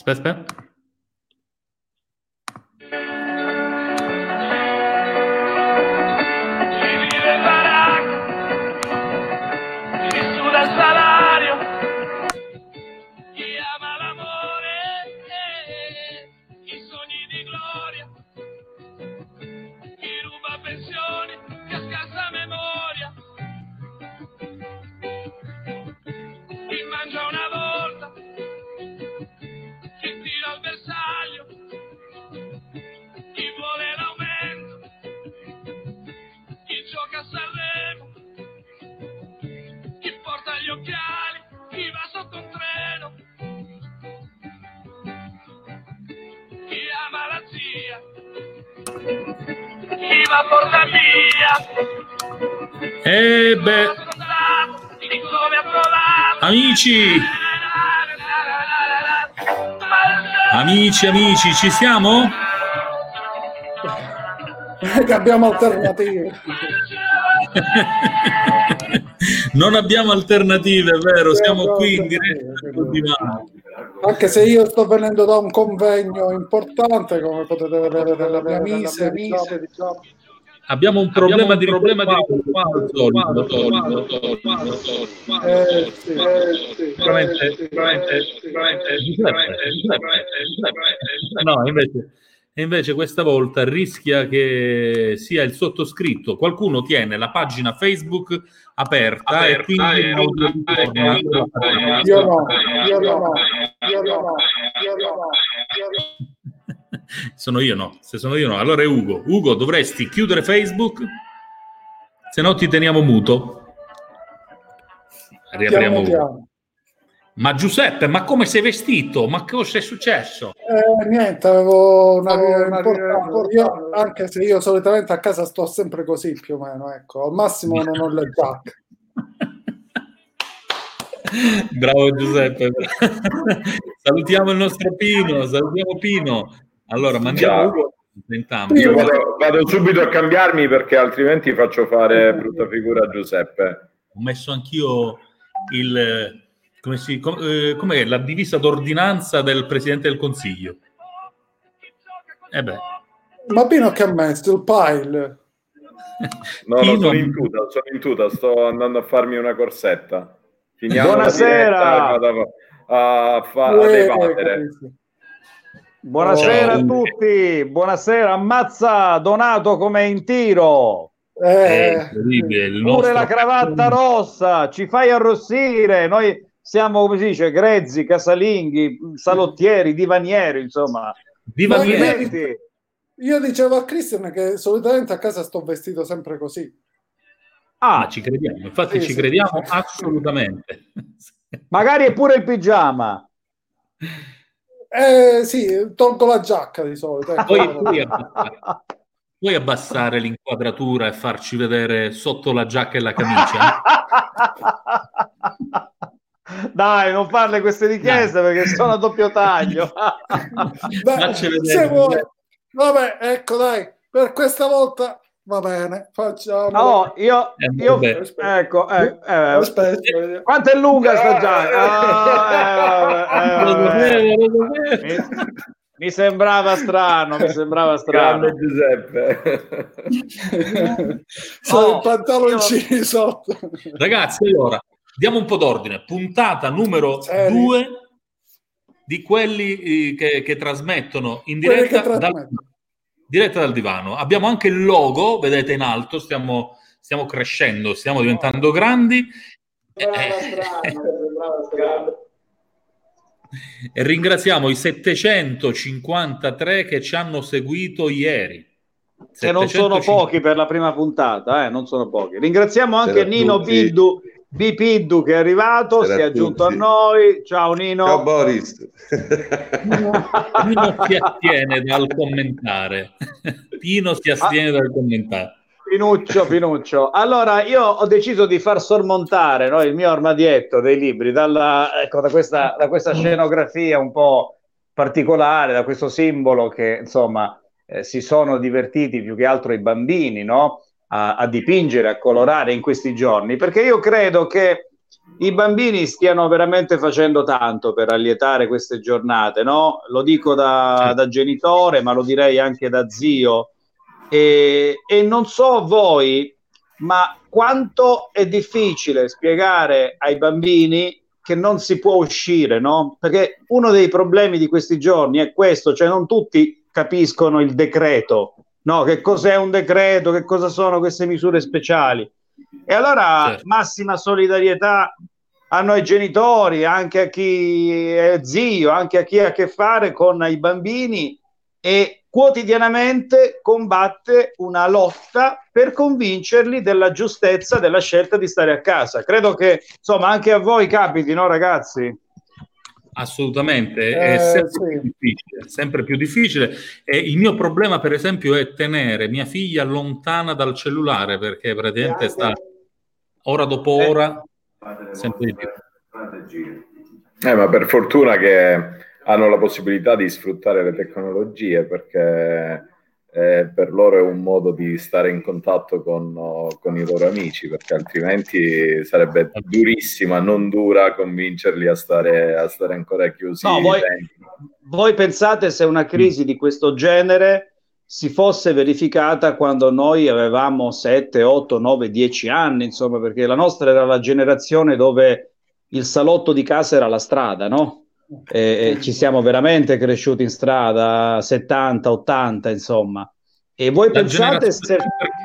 Aspetta. Amici, ci siamo? Che abbiamo alternative. Non abbiamo alternative, è vero, siamo qui in diretta sul divano. Anche se io sto venendo da un convegno importante, come potete vedere dalla mia mise, diciamo. Abbiamo un problema di No, invece questa volta rischia che sia il sottoscritto. Qualcuno tiene la pagina Facebook aperta e quindi io no. Sono io no, se sono io no, allora è Ugo. Ugo, dovresti chiudere Facebook, se no ti teniamo muto. Riapriamo Ugo. Ma Giuseppe, ma come sei vestito? Ma cosa è successo? Niente, avevo una importante. Io, anche se io solitamente a casa sto sempre così più o meno, ecco, al massimo non ho le giacche. Bravo Giuseppe. Salutiamo il nostro Pino, Allora, mandiamo Ugo. Io vado subito a cambiarmi perché altrimenti faccio fare brutta figura a Giuseppe. Ho messo anch'io com'è la divisa d'ordinanza del Presidente del Consiglio. Ma Pino che ha messo? Il pile? No, sono in tuta, sto andando a farmi una corsetta. Finiamo Buonasera! A evadere. Buonasera a tutti, buonasera. Ammazza Donato come in tiro. Pure la cravatta rossa, ci fai arrossire. Noi siamo, come si dice, grezzi, casalinghi, salottieri, divanieri, insomma. Io dicevo a Christian che solitamente a casa sto vestito sempre così. Ma ci crediamo, infatti ci crediamo assolutamente. Magari è pure il pigiama. Sì, tolgo la giacca di solito. Puoi abbassare l'inquadratura e farci vedere sotto la giacca e la camicia? Dai, non farle queste richieste perché sono a doppio taglio. Dai, se vuoi. Vabbè, ecco, dai, per questa volta va bene, facciamo. No, io ecco, quanto è lunga sta giacca? Mi sembrava strano. Grande Giuseppe. Sono i pantaloncini sotto. Ragazzi, allora, diamo un po' d'ordine. Puntata numero 2 di quelli che trasmettono in diretta dal divano. Abbiamo anche il logo, vedete in alto, stiamo crescendo, stiamo diventando grandi. E ringraziamo i 753 che ci hanno seguito ieri. Che non sono pochi per la prima puntata, non sono pochi. Ringraziamo anche Nino Bipiddu che è arrivato, si è aggiunto a noi. Ciao Nino. Ciao Boris. Pino si astiene dal commentare. Pinuccio. Allora, io ho deciso di far sormontare il mio armadietto dei libri da questa scenografia un po' particolare, da questo simbolo che insomma si sono divertiti più che altro i bambini, no? A dipingere, a colorare in questi giorni, perché io credo che i bambini stiano veramente facendo tanto per allietare queste giornate, no? Lo dico da genitore, ma lo direi anche da zio. E non so voi, ma quanto è difficile spiegare ai bambini che non si può uscire, no? Perché uno dei problemi di questi giorni è questo, cioè non tutti capiscono il decreto, no? Che cos'è un decreto, che cosa sono queste misure speciali. E allora massima solidarietà a noi genitori, anche a chi è zio, anche a chi ha a che fare con i bambini, e quotidianamente combatte una lotta per convincerli della giustezza della scelta di stare a casa. Credo che, insomma, anche a voi capiti, no, ragazzi? Assolutamente, è sempre più difficile. E il mio problema, per esempio, è tenere mia figlia lontana dal cellulare, perché praticamente sta ora dopo ora sempre di più. Ma per fortuna che hanno la possibilità di sfruttare le tecnologie, perché per loro è un modo di stare in contatto con i loro amici, perché altrimenti sarebbe durissima, non dura, convincerli a stare ancora chiusi. No, voi pensate se una crisi di questo genere si fosse verificata quando noi avevamo 7, 8, 9, 10 anni, insomma, perché la nostra era la generazione dove il salotto di casa era la strada, no? Ci siamo veramente cresciuti in strada, 70, 80, insomma. E voi pensate se...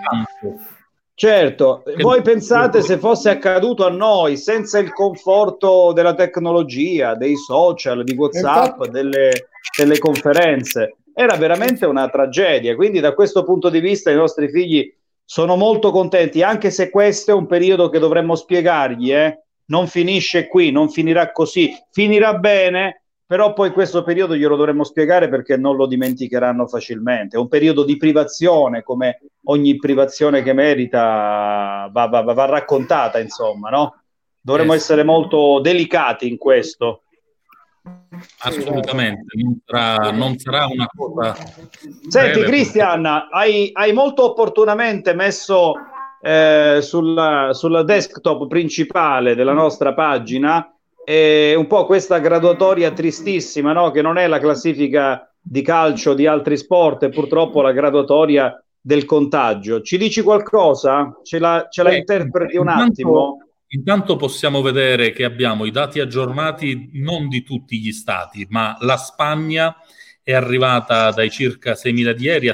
Certo, voi pensate se fosse accaduto a noi senza il conforto della tecnologia, dei social, di WhatsApp, delle conferenze, era veramente una tragedia. Quindi da questo punto di vista i nostri figli sono molto contenti, anche se questo è un periodo che dovremmo spiegargli, non finisce qui, non finirà così, finirà bene, però poi questo periodo glielo dovremmo spiegare perché non lo dimenticheranno facilmente. È un periodo di privazione, come ogni privazione che merita va raccontata, insomma, no? Dovremmo essere molto delicati in questo. Assolutamente, non sarà una cosa... Senti, Cristian, hai molto opportunamente messo sulla desktop principale della nostra pagina un po' questa graduatoria tristissima, no? Che non è la classifica di calcio, di altri sport, è purtroppo la graduatoria del contagio. Ci dici qualcosa? Ce la interpreti un attimo? Intanto possiamo vedere che abbiamo i dati aggiornati non di tutti gli stati, ma la Spagna è arrivata dai circa 6.000 di ieri a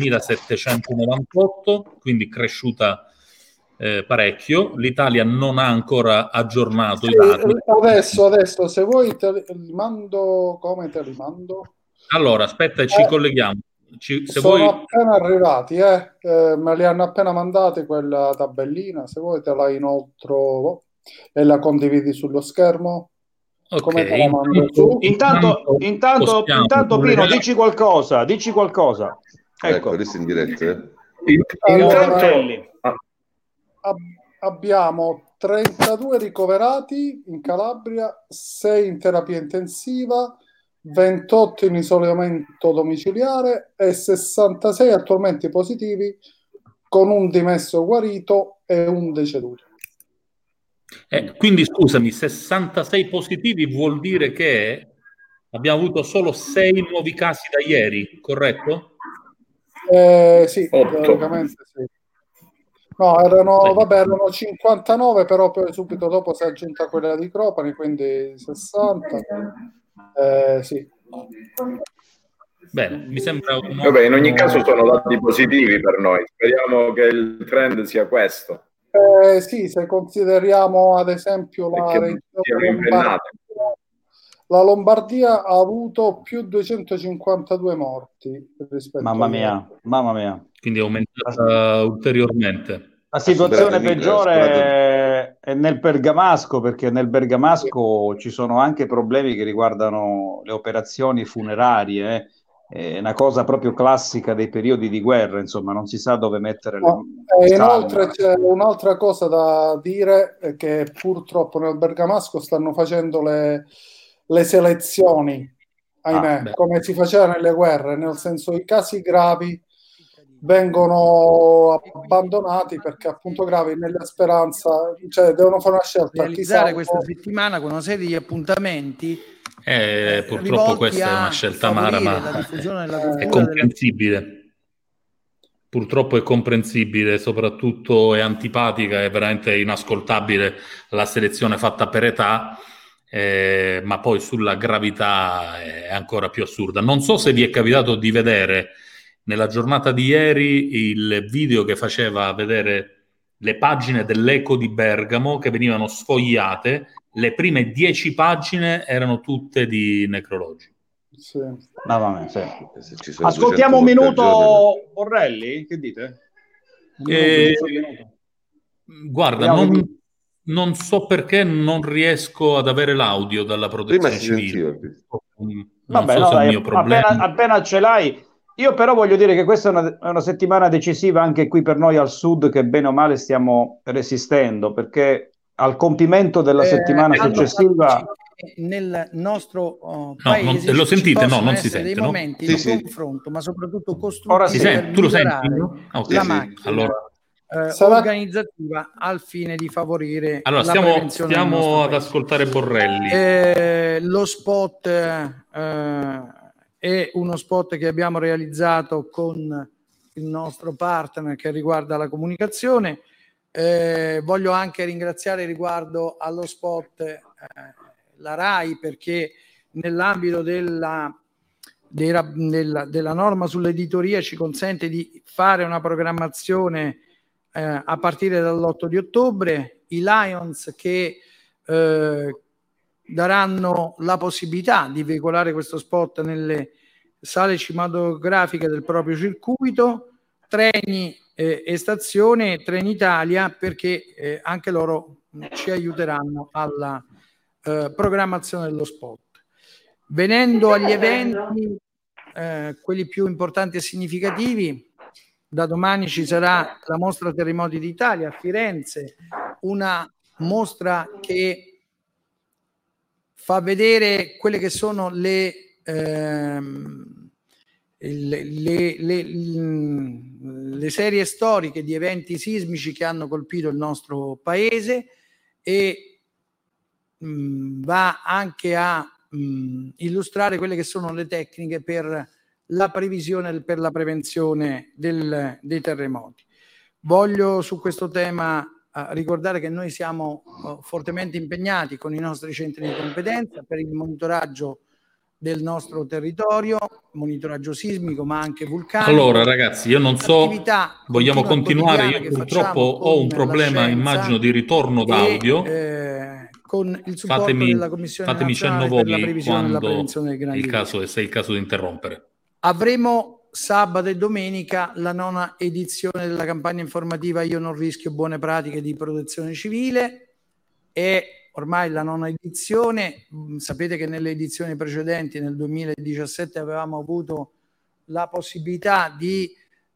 7.798, quindi cresciuta parecchio. L'Italia non ha ancora aggiornato i dati. Adesso se vuoi te li mando. Come te li mando? Allora, aspetta, ci colleghiamo. Sono appena arrivati, me li hanno appena mandati quella tabellina. Se vuoi te la inoltro e la condividi sullo schermo. Come te la mando tu? Intanto Pino, dici qualcosa. Ecco, adesso in diretta. Abbiamo 32 ricoverati in Calabria, 6 in terapia intensiva, 28 in isolamento domiciliare e 66 attualmente positivi, con un dimesso guarito e un deceduto. Quindi scusami, 66 positivi vuol dire che abbiamo avuto solo 6 nuovi casi da ieri, corretto? Sì, teoricamente sì. No, erano 59, però poi subito dopo si è aggiunta quella di Cropani, quindi 60. Sì. Bene, mi sembra Vabbè, in ogni caso sono dati positivi per noi. Speriamo che il trend sia questo. Sì, se consideriamo ad esempio la Lombardia ha avuto più 252 morti rispetto mamma mia. Quindi è aumentata ulteriormente. La situazione peggiore è nel Bergamasco, perché nel Bergamasco ci sono anche problemi che riguardano le operazioni funerarie. È una cosa proprio classica dei periodi di guerra, insomma, non si sa dove mettere le inoltre c'è un'altra cosa da dire, che purtroppo nel Bergamasco stanno facendo le selezioni, ahimè, come si faceva nelle guerre, nel senso i casi gravi vengono abbandonati perché appunto gravi nella speranza, cioè devono fare una scelta. Realizzare questa settimana con una serie di appuntamenti. Purtroppo questa è una scelta amara, ma è comprensibile. Purtroppo è comprensibile, soprattutto è antipatica, è veramente inascoltabile la selezione fatta per età, ma poi sulla gravità è ancora più assurda. Non so se vi è capitato di vedere nella giornata di ieri il video che faceva vedere le pagine dell'Eco di Bergamo che venivano sfogliate. Le prime 10 pagine erano tutte di necrologi. Sì. Vabbè, sì. Ascoltiamo un minuto Borrelli, che dite? Guarda, non so perché non riesco ad avere l'audio dalla protezione civile. Vabbè, so se è il mio problema. Appena ce l'hai. Io però voglio dire che questa è una settimana decisiva anche qui per noi al sud, che bene o male stiamo resistendo, perché al compimento della settimana successiva nel nostro paese lo sentite? No, non si sente, dei no? momenti di confronto, ma soprattutto costruttivo. Ora si sente, tu lo senti? La macchina allora organizzativa al fine di favorire la prevenzione. Stiamo ad ascoltare Borrelli. Lo spot è uno spot che abbiamo realizzato con il nostro partner che riguarda la comunicazione. Voglio anche ringraziare riguardo allo spot la RAI, perché nell'ambito della norma sull'editoria ci consente di fare una programmazione a partire dall'8 di ottobre. I Lions che daranno la possibilità di veicolare questo spot nelle sale cinematografiche del proprio circuito, treni e stazione Trenitalia, perché anche loro ci aiuteranno alla programmazione dello spot. Venendo agli eventi, quelli più importanti e significativi, da domani ci sarà la mostra Terremoti d'Italia a Firenze, una mostra che fa vedere quelle che sono le serie storiche di eventi sismici che hanno colpito il nostro paese, e va anche a illustrare quelle che sono le tecniche per la previsione, per la prevenzione dei terremoti. Voglio su questo tema ricordare che noi siamo fortemente impegnati con i nostri centri di competenza per il monitoraggio del nostro territorio, monitoraggio sismico ma anche vulcanico. Allora ragazzi, io non so, vogliamo continuare? Io purtroppo ho un problema, immagino, di ritorno d'audio. Con il supporto della Commissione Nazionale per la Previsione e la Prevenzione dei Grandi Rischi. Se è il caso di interrompere. Avremo sabato e domenica la 9ª edizione della campagna informativa Io non rischio, buone pratiche di protezione civile. È ormai la 9ª edizione. Sapete che nelle edizioni precedenti, nel 2017, avevamo avuto la possibilità di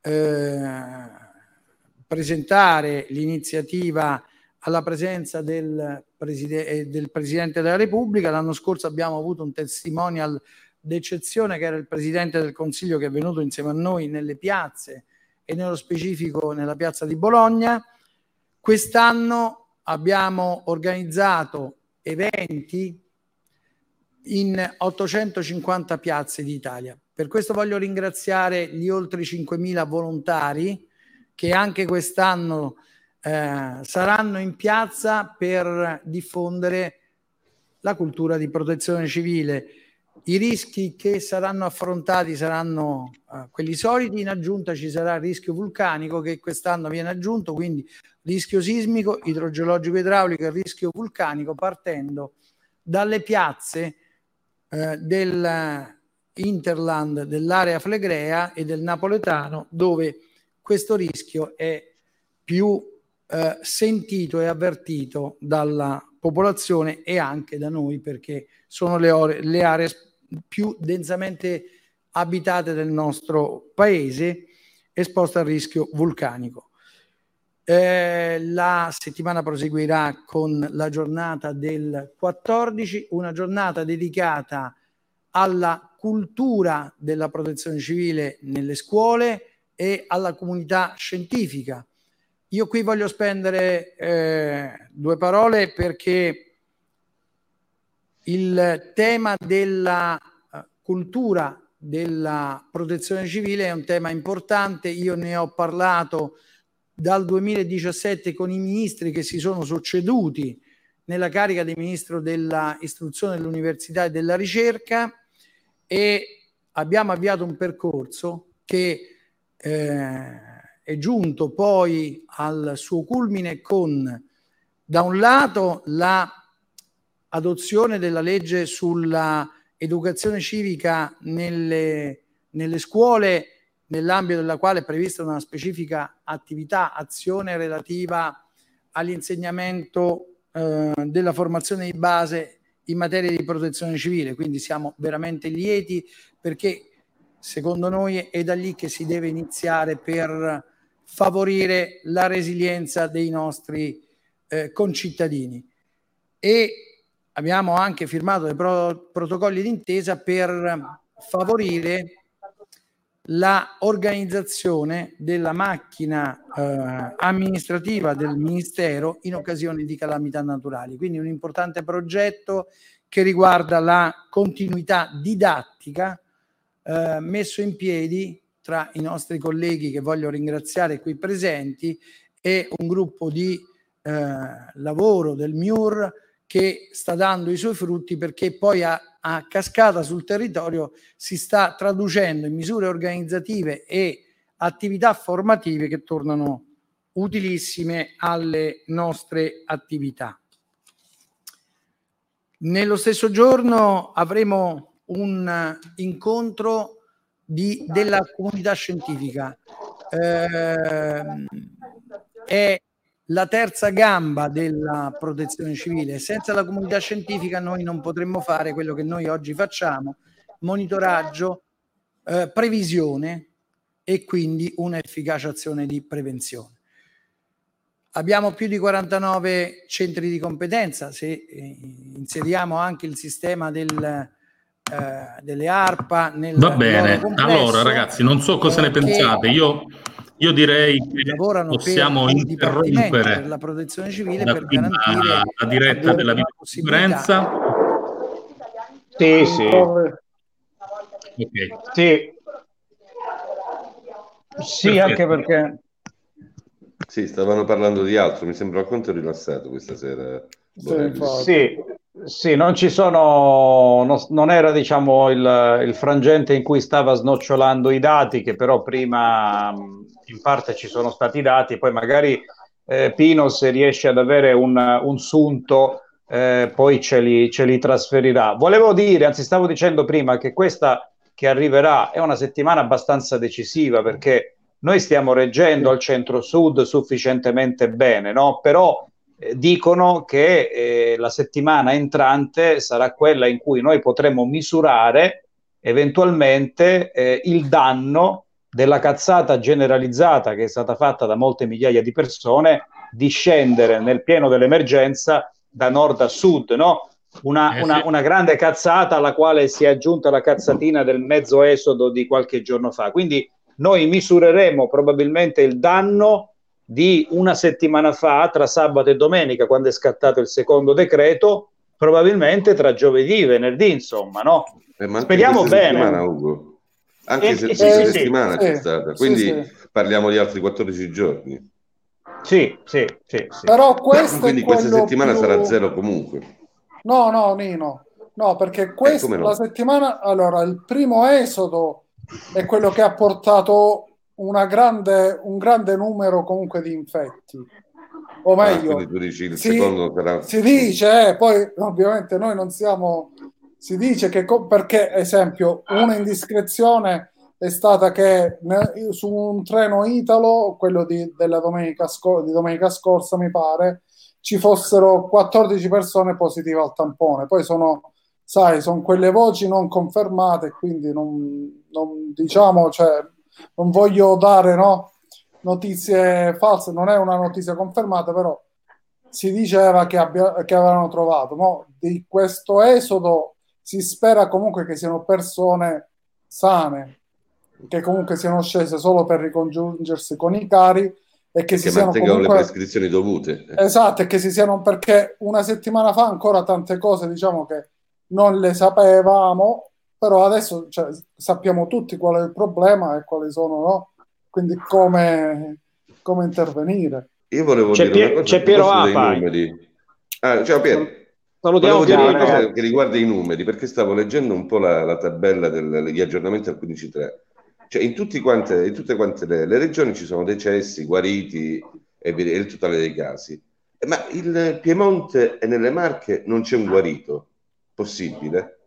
presentare l'iniziativa alla presenza del Presidente della Repubblica. L'anno scorso abbiamo avuto un testimonial d'eccezione, che era il Presidente del Consiglio, che è venuto insieme a noi nelle piazze e nello specifico nella piazza di Bologna. Quest'anno abbiamo organizzato eventi in 850 piazze d'Italia. Per questo voglio ringraziare gli oltre 5.000 volontari che anche quest'anno saranno in piazza per diffondere la cultura di protezione civile. I rischi che saranno affrontati saranno quelli soliti. In aggiunta ci sarà il rischio vulcanico, che quest'anno viene aggiunto, quindi rischio sismico, idrogeologico idraulico e rischio vulcanico, partendo dalle piazze del Interland, dell'area flegrea e del napoletano, dove questo rischio è più sentito e avvertito dalla popolazione e anche da noi, perché sono le aree più densamente abitate del nostro paese, esposte al rischio vulcanico. La settimana proseguirà con la giornata del 14, una giornata dedicata alla cultura della protezione civile nelle scuole, e alla comunità scientifica. Io qui voglio spendere 2 parole perché il tema della cultura della protezione civile è un tema importante. Io ne ho parlato dal 2017 con i ministri che si sono succeduti nella carica di ministro dell'istruzione, dell'università e della ricerca, e abbiamo avviato un percorso che è giunto poi al suo culmine con, da un lato, la adozione della legge sulla educazione civica nelle scuole, nell'ambito della quale è prevista una specifica attività, azione relativa all'insegnamento della formazione di base in materia di protezione civile. Quindi siamo veramente lieti, perché secondo noi è da lì che si deve iniziare per favorire la resilienza dei nostri concittadini. E abbiamo anche firmato dei protocolli d'intesa per favorire la organizzazione della macchina amministrativa del Ministero in occasione di calamità naturali. Quindi un importante progetto che riguarda la continuità didattica messo in piedi tra i nostri colleghi, che voglio ringraziare qui presenti, e un gruppo di lavoro del MIUR che sta dando i suoi frutti, perché poi a cascata sul territorio si sta traducendo in misure organizzative e attività formative che tornano utilissime alle nostre attività. Nello stesso giorno avremo un incontro della comunità scientifica. È la terza gamba della protezione civile. Senza la comunità scientifica noi non potremmo fare quello che noi oggi facciamo: monitoraggio, previsione e quindi un'efficace azione di prevenzione. Abbiamo più di 49 centri di competenza. Se inseriamo anche il sistema delle ARPA nel va bene, allora ragazzi, non so cosa ne pensate. Io direi che possiamo interrompere per la protezione civile per garantire la diretta della videoconferenza. Sì. Okay. Sì, anche perché sì, stavano parlando di altro, mi sembra alquanto rilassato questa sera. Sì, non ci sono, non era, diciamo, il frangente in cui stava snocciolando i dati, che però prima in parte ci sono stati dati, poi magari Pino, se riesce ad avere un sunto, poi ce li trasferirà. Volevo dire, anzi stavo dicendo prima, che questa che arriverà è una settimana abbastanza decisiva, perché noi stiamo reggendo al centro-sud sufficientemente bene, no? Però dicono che la settimana entrante sarà quella in cui noi potremo misurare eventualmente il danno della cazzata generalizzata che è stata fatta da molte migliaia di persone di scendere nel pieno dell'emergenza da nord a sud, no? Una grande cazzata alla quale si è aggiunta la cazzatina del mezzo esodo di qualche giorno fa. Quindi noi misureremo probabilmente il danno di una settimana fa, tra sabato e domenica, quando è scattato il secondo decreto, probabilmente tra giovedì e venerdì, insomma, no? Speriamo bene. Ugo. Anche se questa settimana c'è stata, quindi parliamo di altri 14 giorni. Sì. Però questo quindi questa settimana sarà zero comunque. No, Nino. No, perché la settimana, allora, il primo esodo è quello che ha portato un grande numero comunque di infetti, o meglio, quindi tu dici il secondo sarà... si dice, poi ovviamente noi non siamo, si dice che perché, esempio, una indiscrezione è stata che su un treno Italo, quello di domenica scorsa mi pare, ci fossero 14 persone positive al tampone. Poi sono quelle voci non confermate, quindi non diciamo, cioè non voglio dare notizie false, non è una notizia confermata, però si diceva che avevano trovato. Di questo esodo si spera comunque che siano persone sane, che comunque siano scese solo per ricongiungersi con i cari e che si siano mantengano comunque le prescrizioni dovute. Esatto, e che si siano, perché una settimana fa ancora tante cose diciamo che non le sapevamo, però adesso sappiamo tutti qual è il problema e quali sono, no? Quindi come intervenire. Io volevo dire una cosa c'è Piero Apa. dei numeri. Ciao Piero. Salutiamo Volevo dire una Piero. cosa che riguarda i numeri, perché stavo leggendo un po' la tabella degli aggiornamenti al 15.3. Cioè in tutte quante le regioni ci sono decessi, guariti e il totale dei casi. Ma il Piemonte e nelle Marche non c'è un guarito. Possibile?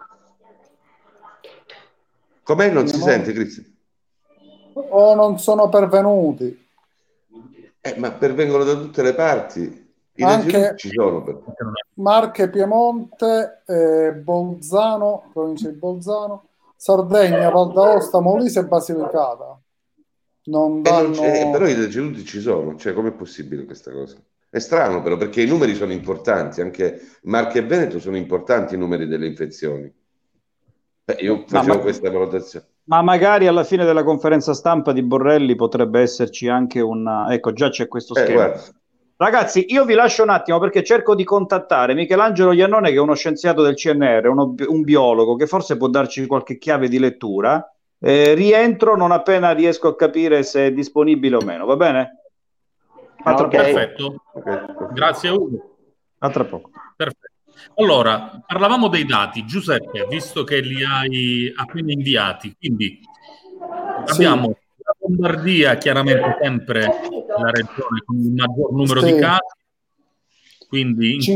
Com'è? Non si sente, Cristian? O non sono pervenuti. Ma pervengono da tutte le parti. Anche ci sono. Marche, Piemonte, Bolzano, provincia di Bolzano, Sardegna, Val d'Aosta, Molise e Basilicata. Non danno... però i deceduti ci sono, cioè com'è possibile questa cosa? È strano però, perché i numeri sono importanti, anche Marche e Veneto sono importanti i numeri delle infezioni. Io facevo questa valutazione. Ma magari alla fine della conferenza stampa di Borrelli potrebbe esserci anche ecco, già c'è questo schema. Guarda. Ragazzi, io vi lascio un attimo perché cerco di contattare Michelangelo Iannone, che è uno scienziato del CNR, un biologo che forse può darci qualche chiave di lettura. Rientro non appena riesco a capire se è disponibile o meno, va bene? Perfetto. Grazie Ugo. A tra poco. Perfetto. Allora, parlavamo dei dati, Giuseppe, visto che li hai appena inviati, quindi abbiamo la Lombardia, chiaramente sempre la regione con il maggior numero di casi, quindi in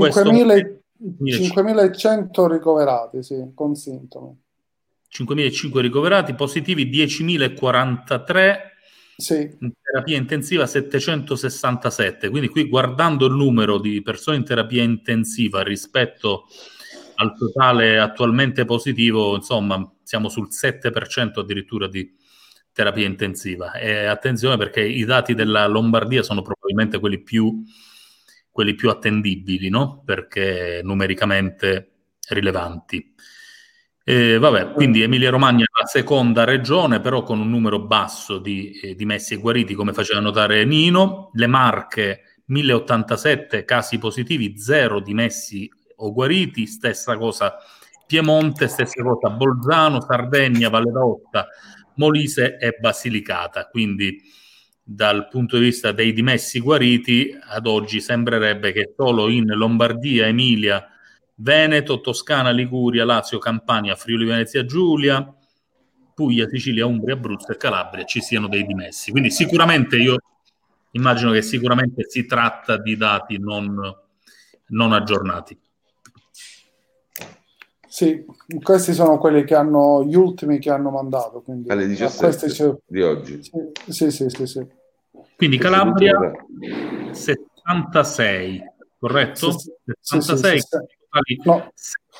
5.100 ricoverati, con sintomi. 5.500 ricoverati, positivi 10.043, in terapia intensiva 767, quindi qui guardando il numero di persone in terapia intensiva rispetto al totale attualmente positivo, insomma siamo sul 7% addirittura di terapia intensiva. E attenzione perché i dati della Lombardia sono probabilmente quelli più attendibili, no? Perché numericamente rilevanti. Quindi Emilia-Romagna è la seconda regione, però con un numero basso di dimessi e guariti, come faceva notare Nino. Le Marche, 1.087 casi positivi, 0 dimessi o guariti. Stessa cosa Piemonte, stessa cosa Bolzano, Sardegna, Valle d'Aosta, Molise e Basilicata. Quindi dal punto di vista dei dimessi guariti, ad oggi sembrerebbe che solo in Lombardia, Emilia, Veneto, Toscana, Liguria, Lazio, Campania, Friuli Venezia Giulia, Puglia, Sicilia, Umbria, Abruzzo e Calabria ci siano dei dimessi. Quindi sicuramente io immagino che sicuramente si tratta di dati non aggiornati. Sì, questi sono quelli che hanno gli ultimi che hanno mandato. Quindi alle 17 di oggi. Sì. Quindi Calabria 76, corretto? 66. No.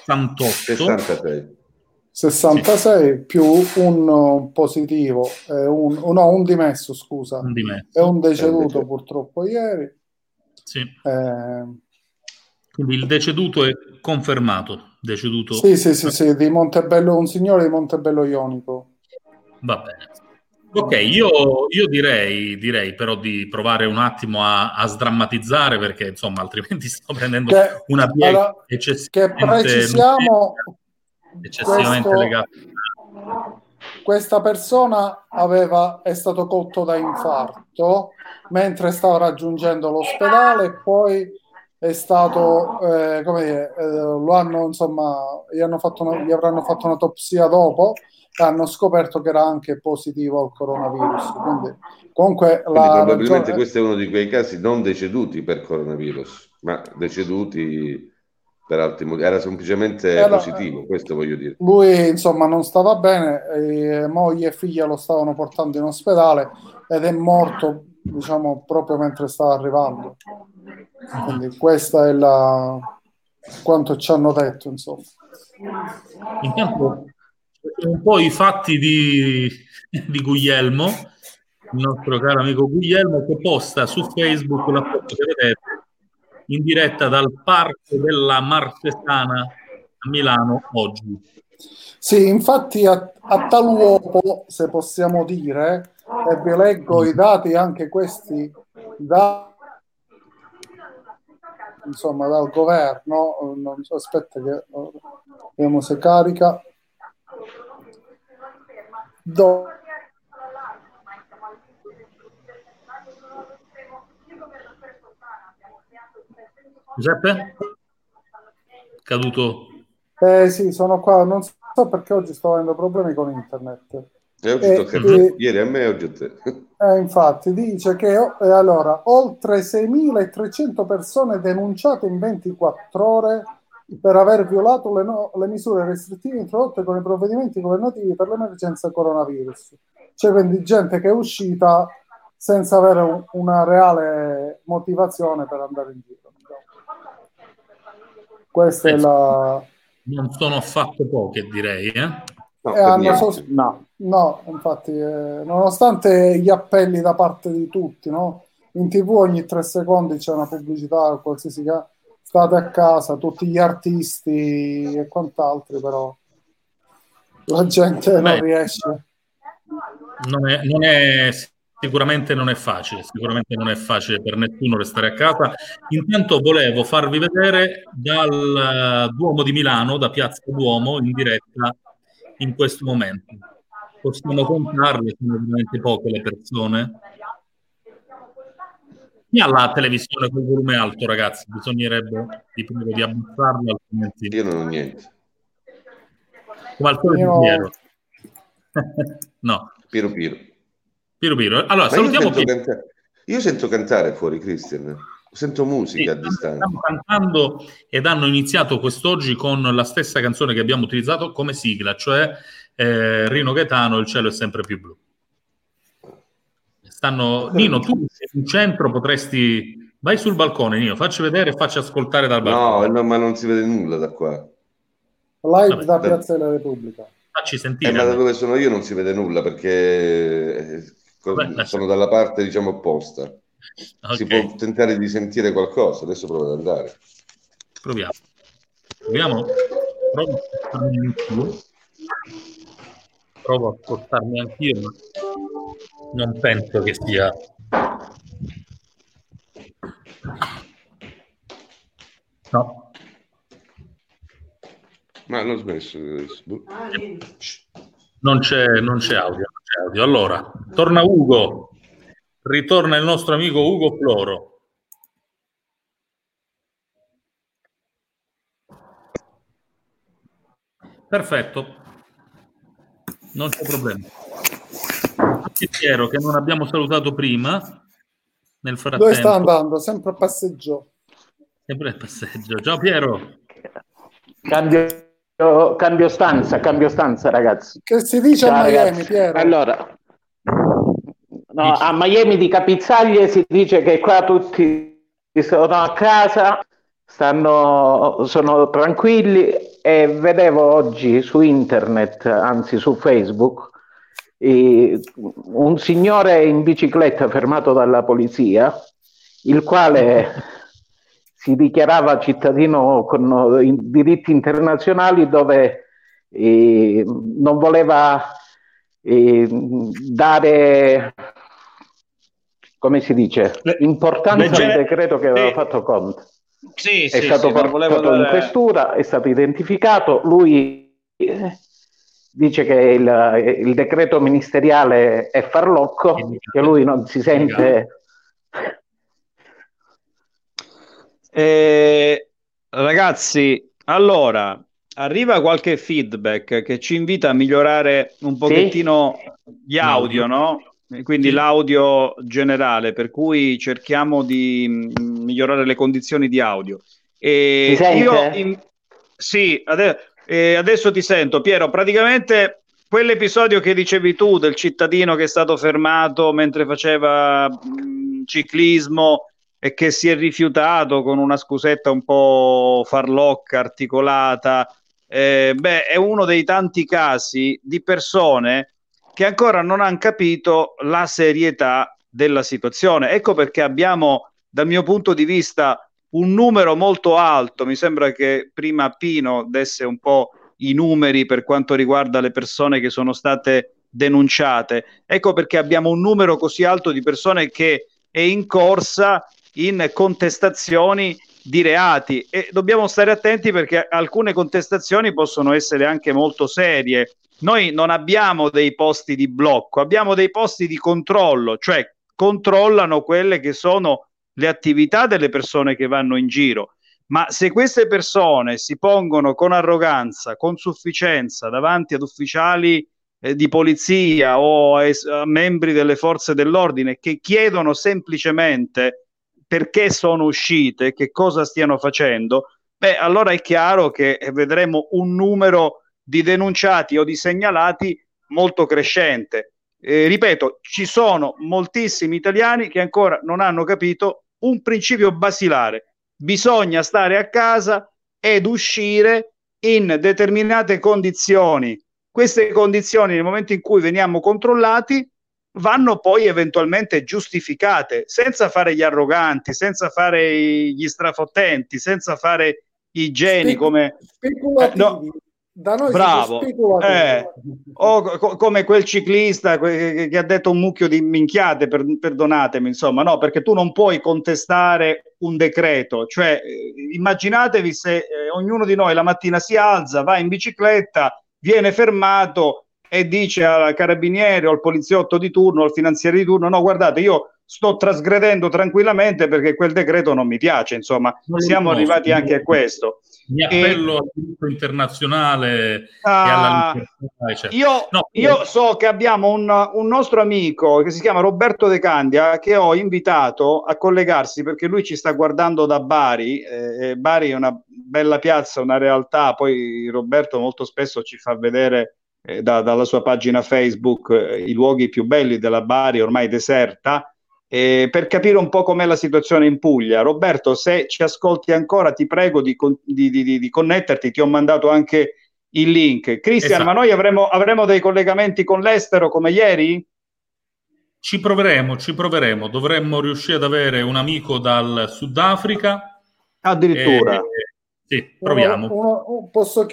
66 più un positivo, un dimesso, scusa, e un deceduto purtroppo ieri. Sì. Quindi il deceduto è confermato. Deceduto. Sì, di Montebello, un signore di Montebello Ionico. Va bene. Ok, io direi però di provare un attimo a sdrammatizzare, perché insomma altrimenti sto prendendo una piega eccessivamente legata. Questa persona è stato colto da infarto mentre stava raggiungendo l'ospedale e poi è stato lo hanno, insomma, gli avranno fatto un'autopsia dopo. Hanno scoperto che era anche positivo al coronavirus. Quindi probabilmente questo è uno di quei casi non deceduti per coronavirus, ma deceduti per altri motivi. Era semplicemente positivo, questo voglio dire. Lui, insomma, non stava bene, moglie e figlia lo stavano portando in ospedale ed è morto, diciamo, proprio mentre stava arrivando. Quindi questa è quanto ci hanno detto, insomma. Intanto un po' i fatti di Guglielmo, il nostro caro amico Guglielmo, che posta su Facebook la foto che vedete in diretta dal Parco della Martesana a Milano oggi. Sì, infatti a tal uopo, se possiamo dire, e vi leggo i dati, anche questi insomma dal governo, non so, aspetta che vediamo se carica. Giuseppe? Caduto? Sì, sono qua, non so perché oggi sto avendo problemi con internet. Oggi tocca a te, ieri a me, oggi a te. Infatti dice che allora, oltre 6.300 persone denunciate in 24 ore per aver violato le misure restrittive introdotte con i provvedimenti governativi per l'emergenza coronavirus. C'è quindi gente che è uscita senza avere una reale motivazione per andare in giro. Questa è la... Non sono affatto poche, direi. No, infatti, nonostante gli appelli da parte di tutti, no? In TV ogni 3 secondi c'è una pubblicità, qualsiasi state a casa, tutti gli artisti e quant'altro, però la gente non riesce. Sicuramente non è facile per nessuno restare a casa. Intanto volevo farvi vedere dal Duomo di Milano, da Piazza Duomo, in diretta in questo momento. Possiamo contarle, sono veramente poche le persone. Chi ha la televisione con volume alto, ragazzi? Bisognerebbe di abbassarla, altrimenti... Io non ho niente. Come al solito Piero. No. Piero. Allora, salutiamo io sento cantare fuori, Christian. Sento musica a distanza. Stiamo cantando ed hanno iniziato quest'oggi con la stessa canzone che abbiamo utilizzato come sigla, cioè Rino Gaetano, Il cielo è sempre più blu. Nino, tu sei in centro, potresti... Vai sul balcone, Nino, facci vedere e facci ascoltare dal balcone. No, ma non si vede nulla da qua. Live da Piazza della Repubblica. Facci sentire. Ma da dove sono io non si vede nulla perché sono dalla parte, diciamo, opposta. Okay. Si può tentare di sentire qualcosa. Adesso provo ad andare. Proviamo. Provo a spostarmi anch'io, ma non penso che sia... No. Ma l'ho smesso. Non c'è audio. Allora, torna Ugo. Ritorna il nostro amico Ugo Floro. Perfetto. Non c'è problema. Piero, che non abbiamo salutato prima, nel frattempo... Dove sta andando? Sempre a passeggio. Ciao Piero. Cambio stanza, ragazzi. Che si dice a Miami, ragazzi. Piero? Allora, a Miami di Capizzaglie si dice che qua tutti sono a casa, sono tranquilli, e vedevo oggi su internet, anzi su Facebook, un signore in bicicletta fermato dalla polizia, il quale si dichiarava cittadino con diritti internazionali, dove non voleva dare, come si dice, importanza al decreto che aveva fatto Conte. È stato portato in questura, è stato identificato, lui dice che il decreto ministeriale è farlocco, che lui non si sente... Ragazzi, allora arriva qualche feedback che ci invita a migliorare un pochettino gli audio, no? Quindi l'audio generale, per cui cerchiamo di migliorare le condizioni di audio. Ti sente? Sì, adesso ti sento, Piero. Praticamente quell'episodio che dicevi tu del cittadino che è stato fermato mentre faceva ciclismo e che si è rifiutato con una scusetta un po' farlocca, articolata, è uno dei tanti casi di persone che ancora non hanno capito la serietà della situazione. Ecco perché abbiamo, dal mio punto di vista, un numero molto alto. Mi sembra che prima Pino desse un po' i numeri per quanto riguarda le persone che sono state denunciate. Ecco perché abbiamo un numero così alto di persone che è in corsa in contestazioni di reati, e dobbiamo stare attenti perché alcune contestazioni possono essere anche molto serie. Noi non abbiamo dei posti di blocco, abbiamo dei posti di controllo, cioè controllano quelle che sono le attività delle persone che vanno in giro. Ma se queste persone si pongono con arroganza, con sufficienza davanti ad ufficiali di polizia o a membri delle forze dell'ordine che chiedono semplicemente perché sono uscite, che cosa stiano facendo, beh, allora è chiaro che vedremo un numero di denunciati o di segnalati molto crescente. Ripeto, ci sono moltissimi italiani che ancora non hanno capito un principio basilare: bisogna stare a casa ed uscire in determinate condizioni. Queste condizioni, nel momento in cui veniamo controllati, vanno poi eventualmente giustificate, senza fare gli arroganti, senza fare gli strafottenti, senza fare i geni come speculativi. Da noi bravo, come quel ciclista che ha detto un mucchio di minchiate, perdonatemi, insomma, no, perché tu non puoi contestare un decreto. Cioè, immaginatevi se ognuno di noi la mattina si alza, va in bicicletta, viene fermato e dice al carabiniere o al poliziotto di turno o al finanziere di turno: no, guardate, io sto trasgredendo tranquillamente perché quel decreto non mi piace. Insomma, siamo arrivati anche a questo. Mi appello al diritto internazionale e alla libertà. Io so che abbiamo un nostro amico che si chiama Roberto De Candia, che ho invitato a collegarsi perché lui ci sta guardando da Bari. Bari è una bella piazza, una realtà. Poi Roberto molto spesso ci fa vedere dalla sua pagina Facebook i luoghi più belli della Bari ormai deserta, per capire un po' com'è la situazione in Puglia. Roberto, se ci ascolti ancora, ti prego di connetterti, ti ho mandato anche il link. Cristian, ma noi avremo dei collegamenti con l'estero come ieri? Ci proveremo, dovremmo riuscire ad avere un amico dal Sudafrica. Addirittura. Sì, proviamo.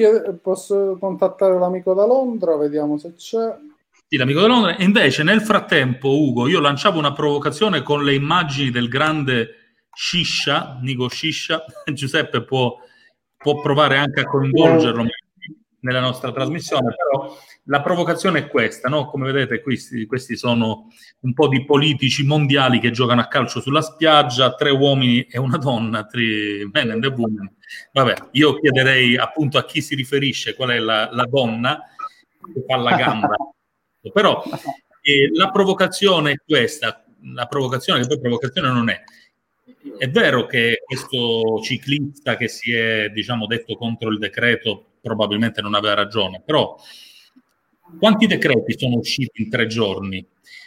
Posso contattare l'amico da Londra, vediamo se c'è. Sì, l'amico da Londra. E invece nel frattempo, Ugo, io lanciavo una provocazione con le immagini del grande Sciscia, Nico Sciscia. Giuseppe può provare anche a coinvolgerlo nella nostra trasmissione, però la provocazione è questa, no? Come vedete, questi sono un po' di politici mondiali che giocano a calcio sulla spiaggia, 3 uomini e una donna, 3 men and a woman. Vabbè, io chiederei appunto a chi si riferisce qual è la donna che fa la gamba. Però la provocazione è questa, la provocazione che poi provocazione non è. È vero che questo ciclista che si è, diciamo, detto contro il decreto probabilmente non aveva ragione, però quanti decreti sono usciti in 3 giorni?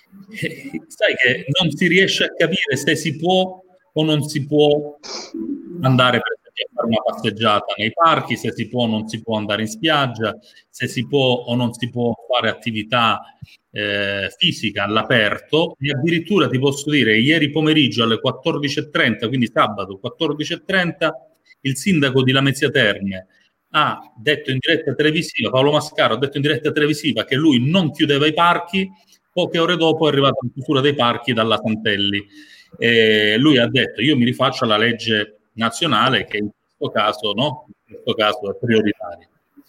Sai che non si riesce a capire se si può o non si può andare per esempio a fare una passeggiata nei parchi, se si può o non si può andare in spiaggia, se si può o non si può fare attività fisica all'aperto. E addirittura ti posso dire, ieri pomeriggio alle 14:30, quindi sabato 14:30, il sindaco di Lamezia Terme ha detto in diretta televisiva, Paolo Mascaro ha detto in diretta televisiva che lui non chiudeva i parchi. Poche ore dopo è arrivata la chiusura dei parchi dalla Santelli. Lui ha detto: io mi rifaccio alla legge nazionale che in questo caso, no? In questo caso è prioritaria.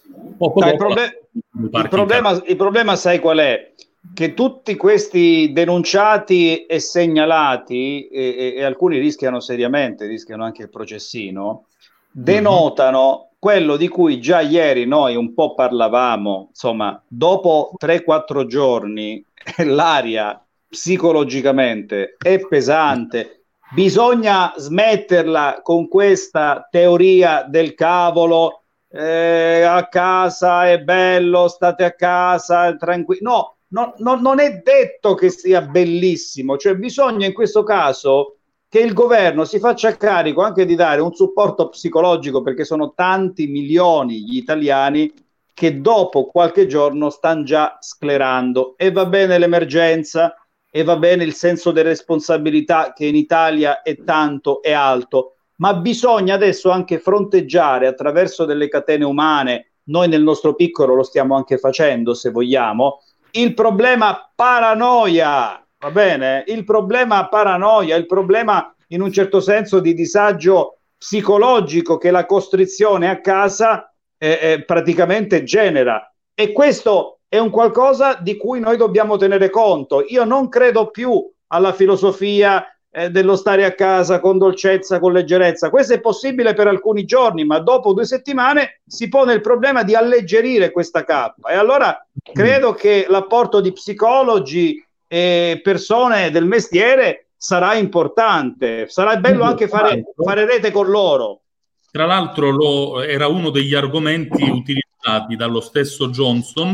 Il problema sai qual è? Che tutti questi denunciati e segnalati, e alcuni rischiano anche il processino, denotano quello di cui già ieri noi un po' parlavamo. Insomma, dopo 3-4 giorni l'aria psicologicamente è pesante. Bisogna smetterla con questa teoria del cavolo, a casa è bello, state a casa tranquilli. No, non è detto che sia bellissimo. Cioè, bisogna in questo caso che il governo si faccia carico anche di dare un supporto psicologico, perché sono tanti milioni gli italiani che dopo qualche giorno stanno già sclerando. E va bene l'emergenza, e va bene il senso di responsabilità che in Italia è tanto e alto, ma bisogna adesso anche fronteggiare attraverso delle catene umane, noi nel nostro piccolo lo stiamo anche facendo, se vogliamo, il problema paranoia, va bene? Il problema paranoia, il problema in un certo senso di disagio psicologico che la costrizione a casa praticamente genera, e questo è un qualcosa di cui noi dobbiamo tenere conto. Io non credo più alla filosofia dello stare a casa con dolcezza, con leggerezza. Questo è possibile per alcuni giorni, ma dopo 2 settimane si pone il problema di alleggerire questa cappa, e allora credo che l'apporto di psicologi e persone del mestiere sarà importante. Sarà bello anche fare rete con loro. Tra l'altro era uno degli argomenti utilizzati dallo stesso Johnson.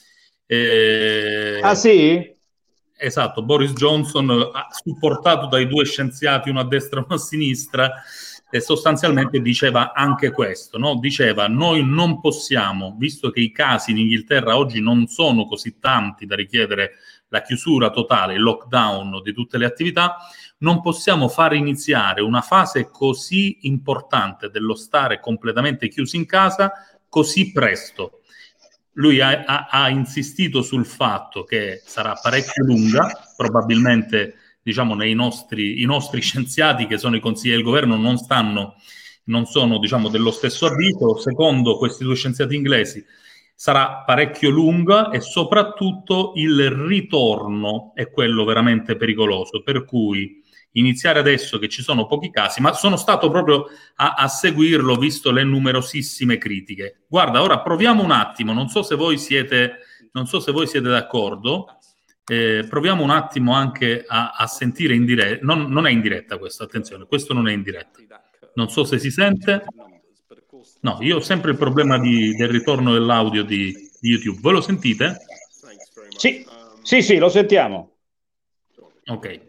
Ah sì? Esatto, Boris Johnson, supportato dai 2 scienziati, uno a destra e uno a sinistra, sostanzialmente diceva anche questo, no? Diceva: noi non possiamo, visto che i casi in Inghilterra oggi non sono così tanti da richiedere la chiusura totale, il lockdown di tutte le attività, non possiamo far iniziare una fase così importante dello stare completamente chiusi in casa così presto. Lui ha insistito sul fatto che sarà parecchio lunga, probabilmente, diciamo, i nostri scienziati, che sono i consiglieri del governo, non sono, diciamo, dello stesso avviso. Secondo questi 2 scienziati inglesi sarà parecchio lunga, e soprattutto il ritorno è quello veramente pericoloso, per cui iniziare adesso che ci sono pochi casi, ma sono stato proprio a seguirlo, visto le numerosissime critiche. Guarda, ora proviamo un attimo, non so se voi siete d'accordo, proviamo un attimo anche a sentire in diretta. Non è in diretta questo, attenzione, questo non è in diretta. Non so se si sente. No, io ho sempre il problema del ritorno dell'audio di YouTube. Voi lo sentite? Sì, lo sentiamo. Ok.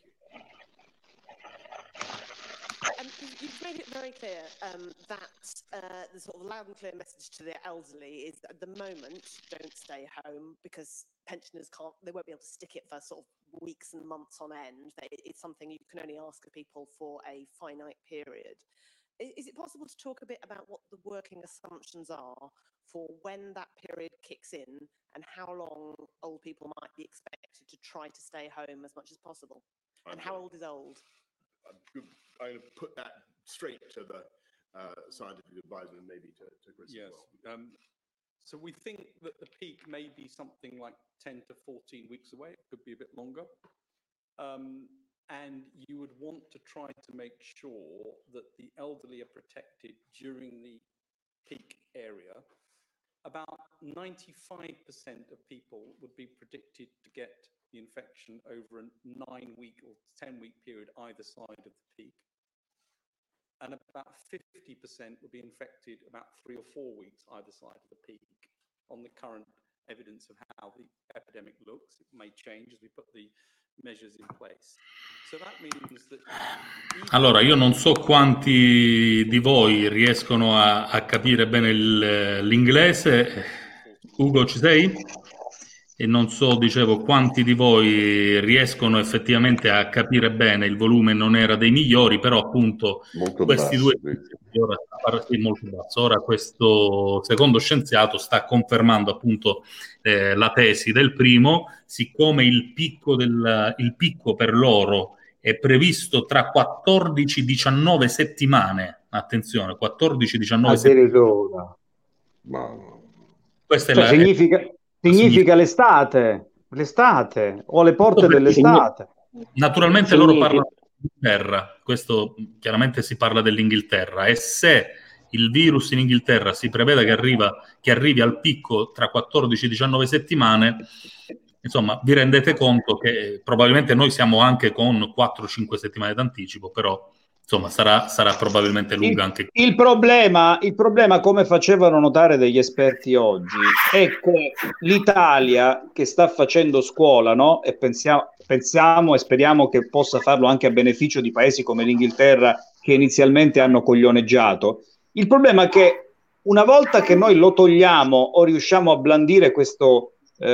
That the sort of loud and clear message to the elderly is, at the moment, don't stay home, because pensioners they won't be able to stick it for sort of weeks and months on end. It's something you can only ask of people for a finite period. Is it possible to talk a bit about what the working assumptions are for when that period kicks in, and how long old people might be expected to try to stay home as much as possible? And how old is old? I'm going to put that straight to the scientific advisor, and maybe to Chris as well. So we think that the peak may be something like 10 to 14 weeks away. It could be a bit longer. And you would want to try to make sure that the elderly are protected during the peak area. About 95% of people would be predicted to get the infection over a 9-week or 10-week period either side of the peak. And about 50% would be infected about 3 or 4 weeks either side of the peak. On the current evidence of how the epidemic looks, it may change as we put the measures in place. So that means that... Allora, io non so quanti di voi riescono a capire bene l'inglese. Ugo, ci sei? E non so, dicevo, quanti di voi riescono effettivamente a capire bene. Il volume non era dei migliori, però appunto molto questi basso, molto basso. Ora questo secondo scienziato sta confermando appunto la tesi del primo, siccome il picco per loro è previsto tra 14-19 settimane. Attenzione, 14-19 settimane. Questa è Significa l'estate o le porte dell'estate. Naturalmente loro parlano dell'Inghilterra, questo chiaramente si parla dell'Inghilterra, e se il virus in Inghilterra si prevede che arrivi al picco tra 14-19 settimane, insomma vi rendete conto che probabilmente noi siamo anche con 4-5 settimane d'anticipo, però insomma sarà probabilmente lunga anche. Il problema, come facevano notare degli esperti oggi, è che l'Italia, che sta facendo scuola, no? E pensiamo e speriamo che possa farlo anche a beneficio di paesi come l'Inghilterra, che inizialmente hanno coglioneggiato. Il problema è che una volta che noi lo togliamo o riusciamo a blandire questo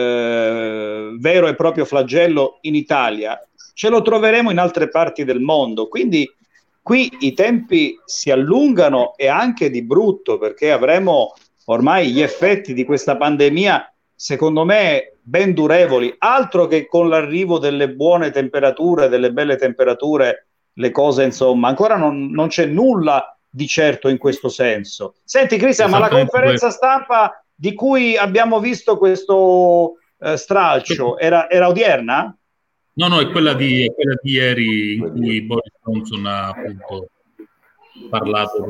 vero e proprio flagello in Italia, ce lo troveremo in altre parti del mondo. Quindi qui i tempi si allungano, e anche di brutto, perché avremo ormai gli effetti di questa pandemia, secondo me, ben durevoli, altro che con l'arrivo delle buone temperature, delle belle temperature, le cose, insomma, ancora non c'è nulla di certo in questo senso. Senti, Cristian, ma la conferenza stampa di cui abbiamo visto questo stralcio era odierna? No, è quella di ieri, in cui Boris Johnson ha appunto parlato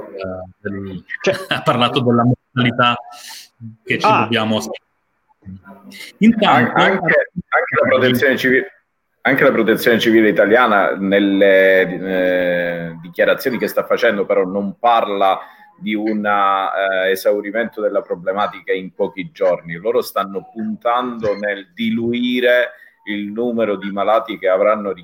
ha parlato della mortalità che ci dobbiamo aspettare. Intanto anche la protezione civile. Anche la protezione civile italiana nelle dichiarazioni che sta facendo però non parla di un esaurimento della problematica in pochi giorni. Loro stanno puntando nel diluire il numero di malati che avranno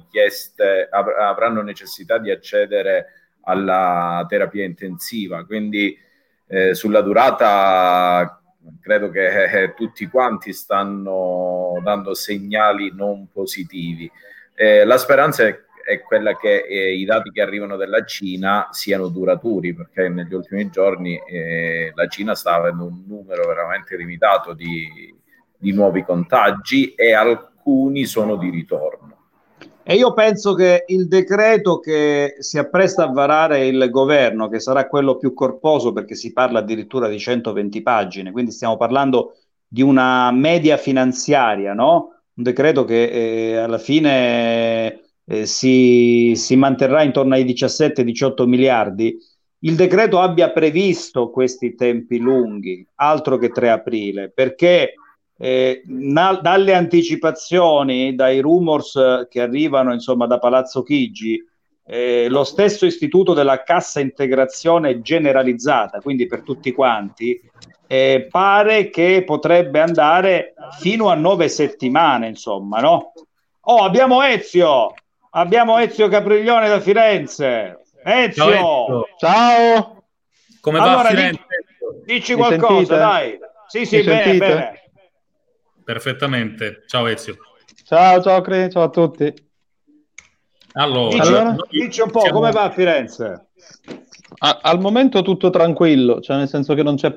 necessità di accedere alla terapia intensiva. Quindi sulla durata credo che tutti quanti stanno dando segnali non positivi. La speranza è quella che i dati che arrivano dalla Cina siano duraturi, perché negli ultimi giorni la Cina sta avendo un numero veramente limitato di nuovi contagi e alcuni sono di ritorno. E io penso che il decreto che si appresta a varare il governo, che sarà quello più corposo perché si parla addirittura di 120 pagine, quindi stiamo parlando di una media finanziaria, no? Un decreto che alla fine si manterrà intorno ai 17-18 miliardi. Il decreto abbia previsto questi tempi lunghi, altro che 3 aprile, perché dalle anticipazioni, dai rumors che arrivano insomma da Palazzo Chigi, lo stesso istituto della cassa integrazione generalizzata, quindi per tutti quanti, pare che potrebbe andare fino a 9 settimane, insomma, no? Abbiamo Ezio Capriglione da Firenze. Ezio! Ciao! Come va a Firenze? Dici qualcosa, dai. Sì, bene. Perfettamente. Ciao Ezio. Ciao Cre, ciao a tutti. Allora, dici un po' come va a Firenze? Al momento tutto tranquillo, cioè nel senso che non ci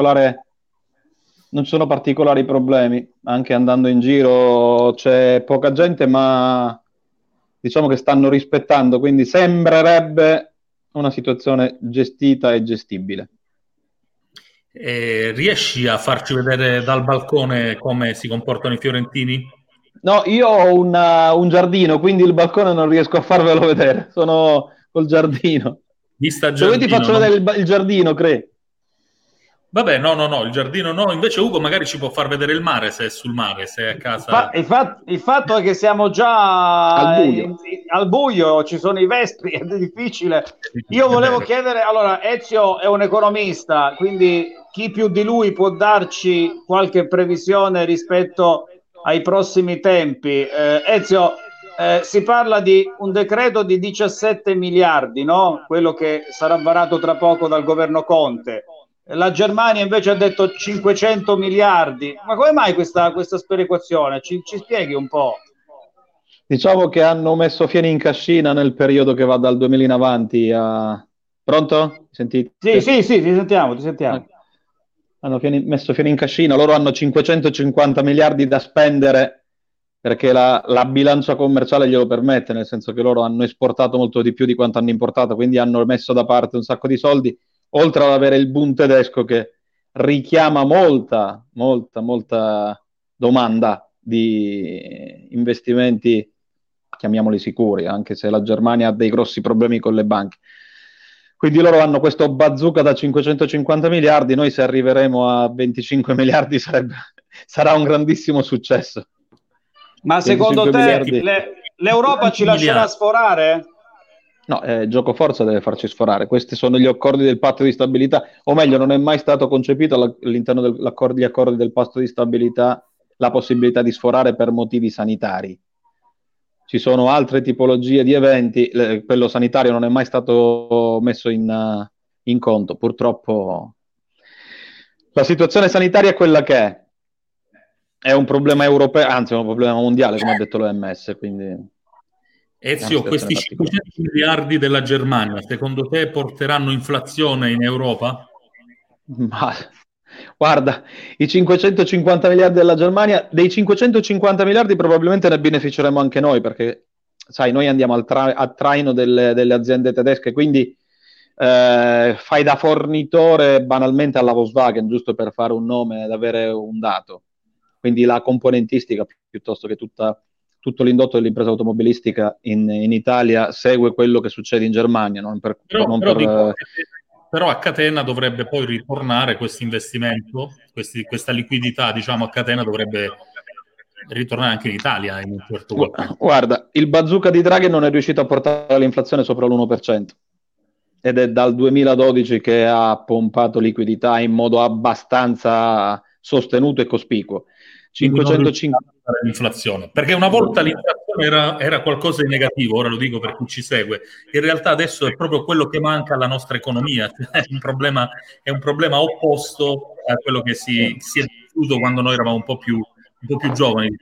sono particolari problemi. Anche andando in giro c'è poca gente, ma diciamo che stanno rispettando, quindi sembrerebbe una situazione gestita e gestibile. Riesci a farci vedere dal balcone come si comportano i fiorentini? No, io ho un giardino, quindi il balcone non riesco a farvelo vedere, sono col giardino. Vista giardino, ti faccio vedere il giardino, Cre. Vabbè, no, il giardino no, invece Ugo magari ci può far vedere il mare se è sul mare, se è a casa. Il fatto è che siamo già al buio, ci sono i vespri, è difficile. Io volevo chiedere, allora, Ezio è un economista, quindi chi più di lui può darci qualche previsione rispetto ai prossimi tempi? Ezio, si parla di un decreto di 17 miliardi, no? Quello che sarà varato tra poco dal governo Conte. La Germania invece ha detto 500 miliardi. Ma come mai questa sperequazione? Ci spieghi un po'? Diciamo che hanno messo fieni in cascina nel periodo che va dal 2000 in avanti a... Pronto? Sentite? Sì, ti sentiamo. Hanno messo fieni in cascina, loro hanno 550 miliardi da spendere perché la bilancia commerciale glielo permette, nel senso che loro hanno esportato molto di più di quanto hanno importato, quindi hanno messo da parte un sacco di soldi, oltre ad avere il boom tedesco che richiama molta domanda di investimenti, chiamiamoli sicuri, anche se la Germania ha dei grossi problemi con le banche. Quindi loro hanno questo bazooka da 550 miliardi, noi se arriveremo a 25 miliardi sarà un grandissimo successo. Ma secondo te l'Europa ci lascerà sforare? No, gioco forza deve farci sforare. Questi sono gli accordi del patto di stabilità, o meglio, non è mai stato concepito all'interno degli accordi del patto di stabilità la possibilità di sforare per motivi sanitari. Ci sono altre tipologie di eventi, quello sanitario non è mai stato messo in conto. Purtroppo la situazione sanitaria è quella che è un problema europeo, anzi è un problema mondiale, come ha detto l'OMS, quindi... Ezio, questi 500 miliardi della Germania, secondo te porteranno inflazione in Europa? Ma Guarda, i 550 miliardi della Germania, dei 550 miliardi probabilmente ne beneficeremo anche noi, perché sai, noi andiamo a traino delle aziende tedesche, quindi fai da fornitore banalmente alla Volkswagen, giusto per fare un nome ed avere un dato. Quindi la componentistica, piuttosto che tutto l'indotto dell'impresa automobilistica in Italia, segue quello che succede in Germania. Però a catena dovrebbe poi ritornare questo investimento, questa liquidità, diciamo, a catena dovrebbe ritornare anche in Italia in un certo qualche. Guarda, il bazooka di Draghi non è riuscito a portare l'inflazione sopra l'1%. Ed è dal 2012 che ha pompato liquidità in modo abbastanza sostenuto e cospicuo. 550 l'inflazione, perché una volta l'inflazione era qualcosa di negativo, ora lo dico per chi ci segue, in realtà adesso è proprio quello che manca alla nostra economia, è un problema opposto a quello che si è vissuto quando noi eravamo un po' più giovani,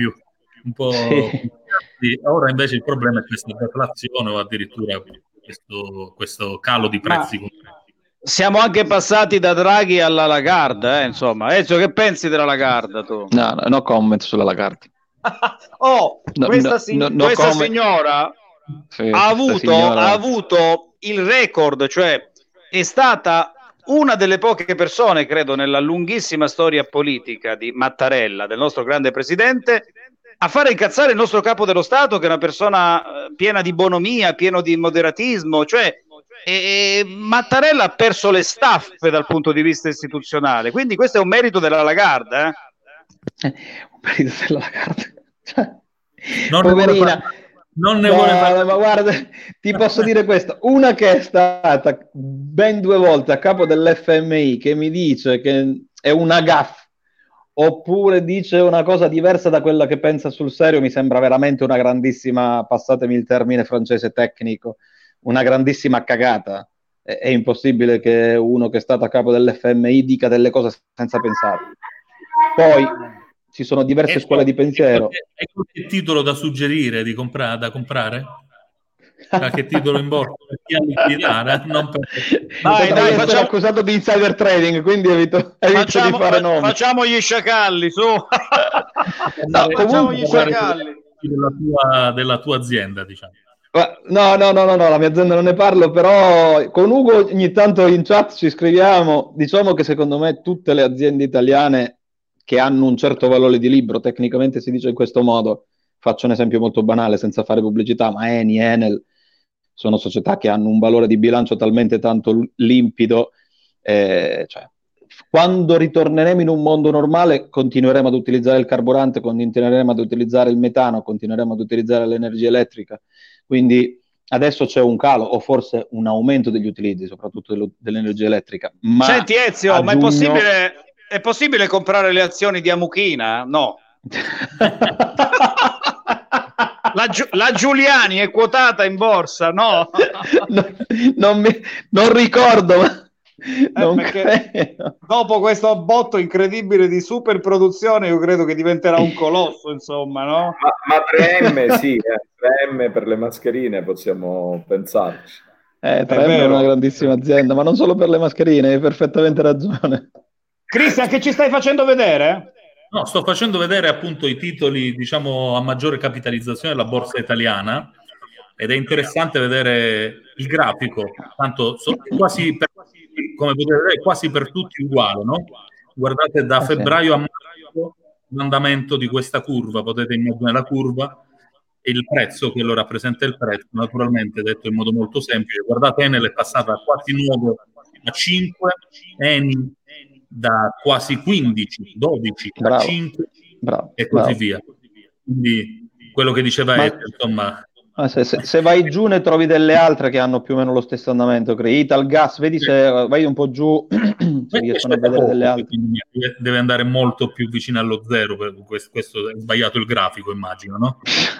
sì. Ora invece il problema è questa deflazione o addirittura questo calo di prezzi. Siamo anche passati da Draghi alla Lagarde, insomma. Ezio, che pensi della Lagarde tu? No comment sulla Lagarde. Questa signora ha avuto il record, cioè è stata una delle poche persone, credo, nella lunghissima storia politica di Mattarella, del nostro grande presidente, a fare incazzare il nostro capo dello Stato, che è una persona piena di bonomia, pieno di moderatismo, cioè Mattarella ha perso le staffe dal punto di vista istituzionale, quindi questo è un merito della Lagarde. Un merito della Lagarde. Poverina. Non ne vuole fare. Ma guarda, ti posso dire questo: una che è stata ben 2 volte a capo dell'FMI, che mi dice che è una gaffe, oppure dice una cosa diversa da quella che pensa sul serio, mi sembra veramente una grandissima, passatemi il termine francese tecnico, una grandissima cagata. È impossibile che uno che è stato a capo dell'FMI dica delle cose senza pensare. Poi ci sono diverse scuole di pensiero. Hai qualche titolo da suggerire da comprare? Qualche titolo in borsa per chi ha liquidità? Dai, facciamo accusato di insider trading, quindi evito di fare nomi. Facciamo gli sciacalli, su. Facciamo gli sciacalli della tua azienda, diciamo. No, la mia azienda non ne parlo, però con Ugo ogni tanto in chat ci scriviamo. Diciamo che secondo me tutte le aziende italiane che hanno un certo valore di libro, tecnicamente si dice in questo modo, faccio un esempio molto banale senza fare pubblicità, ma Eni, Enel sono società che hanno un valore di bilancio talmente tanto limpido, cioè, quando ritorneremo in un mondo normale continueremo ad utilizzare il carburante, continueremo ad utilizzare il metano, continueremo ad utilizzare l'energia elettrica, quindi adesso c'è un calo o forse un aumento degli utilizzi, soprattutto dell'energia elettrica. Ma senti Ezio, ma è possibile comprare le azioni di Amuchina? No. La Giuliani è quotata in borsa, no? Non ricordo, ma dopo questo botto incredibile di super produzione io credo che diventerà un colosso, insomma, no? Ma 3M sì, 3M per le mascherine possiamo pensarci. 3M è una grandissima azienda, ma non solo per le mascherine, hai perfettamente ragione. Cristian, che ci stai facendo vedere? No, sto facendo vedere appunto i titoli, diciamo, a maggiore capitalizzazione della borsa italiana, ed è interessante vedere il grafico, tanto quasi come potete vedere, quasi per tutti uguale, no? Guardate da febbraio a marzo l'andamento di questa curva, potete immaginare la curva e il prezzo che lo rappresenta, il prezzo, naturalmente detto in modo molto semplice. Guardate, Enel è passata quasi nuovo a 5, Eni da quasi 15, 12 a 5 e così via. Quindi quello che diceva Ezio, insomma. Se vai giù ne trovi delle altre che hanno più o meno lo stesso andamento. Italgas, vedi se vai un po' giù si riescono a vedere delle altre. Deve andare molto più vicino allo zero, per questo è sbagliato il grafico, immagino, no?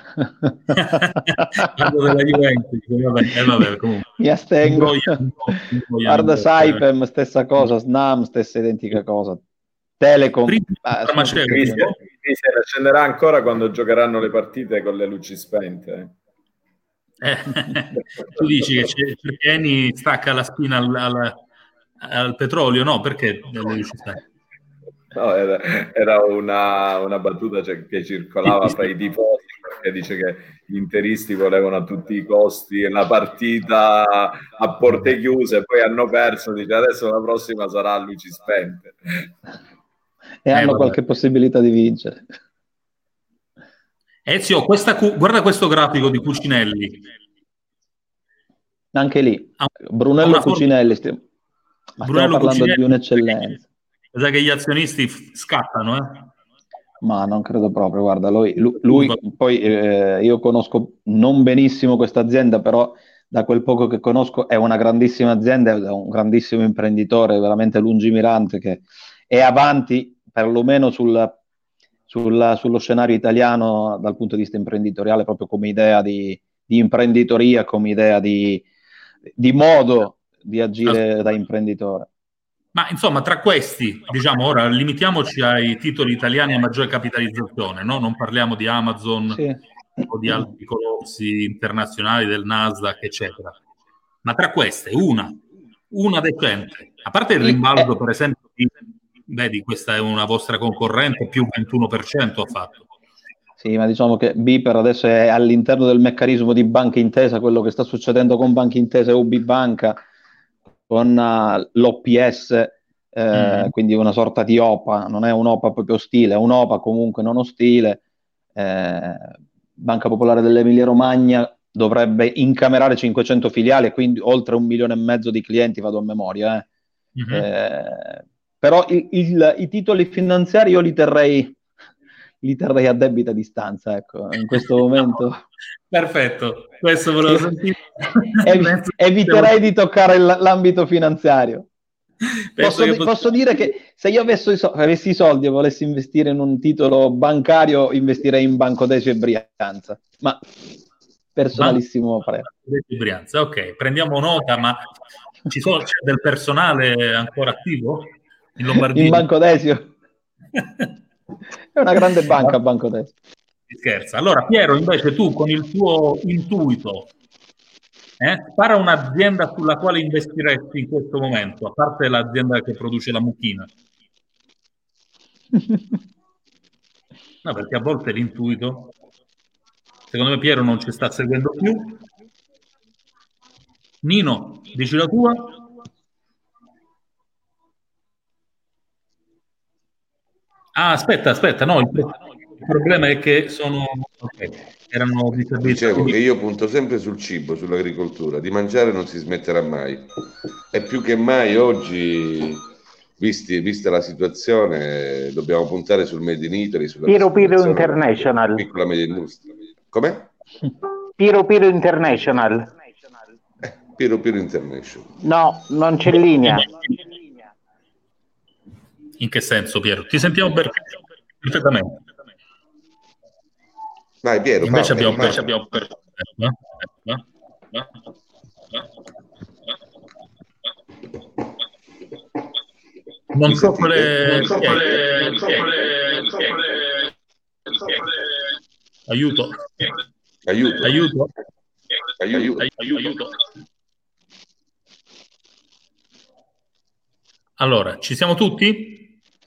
Della Juventus, vabbè, comunque. Mi astengo. Guarda Saipem, stessa cosa, Snam, stessa identica cosa. Telecom. Si accenderà ancora quando giocheranno le partite con le luci spente. Tu dici che Eni stacca la spina Al petrolio no, perché le luci spente? No, era una battuta che circolava fra i tifosi, perché dice che gli interisti volevano a tutti i costi la partita a porte chiuse, poi hanno perso, dice adesso la prossima sarà a luci spente. E hanno qualche possibilità di vincere. Ezio, guarda questo grafico di Cucinelli. Anche lì, Brunello Cucinelli, stiamo parlando Cucinelli, di un'eccellenza. Sa che gli azionisti scattano, Ma non credo proprio, guarda, lui poi io conosco non benissimo questa azienda, però da quel poco che conosco è una grandissima azienda, è un grandissimo imprenditore, veramente lungimirante, che è avanti perlomeno sullo scenario italiano dal punto di vista imprenditoriale, proprio come idea di imprenditoria, come idea di modo di agire da imprenditore. Ma insomma, tra questi, diciamo, ora limitiamoci ai titoli italiani a maggiore capitalizzazione, no? Non parliamo di Amazon o di altri colossi internazionali del Nasdaq, eccetera. Ma tra queste, una decente. A parte il rimbalzo, per esempio, vedi, questa è una vostra concorrente, più 21% ha fatto. Sì, ma diciamo che Biper adesso è all'interno del meccanismo di Banca Intesa, quello che sta succedendo con Banca Intesa e UB Banca, con l'OPS, quindi una sorta di OPA, non è un'OPA proprio ostile, è un'OPA comunque non ostile. Banca Popolare dell'Emilia Romagna dovrebbe incamerare 500 filiali, quindi oltre 1,5 milioni di clienti, vado a memoria. Però i titoli finanziari io li terrei a debita distanza, ecco, in questo momento. Perfetto, questo volevo sentire. Eviterei di toccare l'ambito finanziario. Posso dire che se io avessi i soldi e volessi investire in un titolo bancario, investirei in Banco Desio e Brianza, ma personalissimo parere. Desio e Brianza, ok, prendiamo nota, ma c'è del personale ancora attivo in Lombardia? In Banco Desio? È una grande banca, Banco Desio. Scherza. Allora, Piero, invece tu con il tuo intuito, spara un'azienda sulla quale investiresti in questo momento, a parte l'azienda che produce la mucchina. No, perché a volte l'intuito, secondo me Piero non ci sta seguendo più. Nino, dici la tua? Ah, aspetta, no, il problema è che erano dicevo che io punto sempre sul cibo, sull'agricoltura, di mangiare non si smetterà mai, e più che mai oggi, vista la situazione, dobbiamo puntare sul Made in Italy, sulla Piro International, piccola media industria. Com'è? Piro International. Piro International. No, non c'è linea. In che senso, Piero? Ti sentiamo perfettamente. Vai, Piero. Invece abbiamo non so quale aiuto. Allora, ci siamo tutti?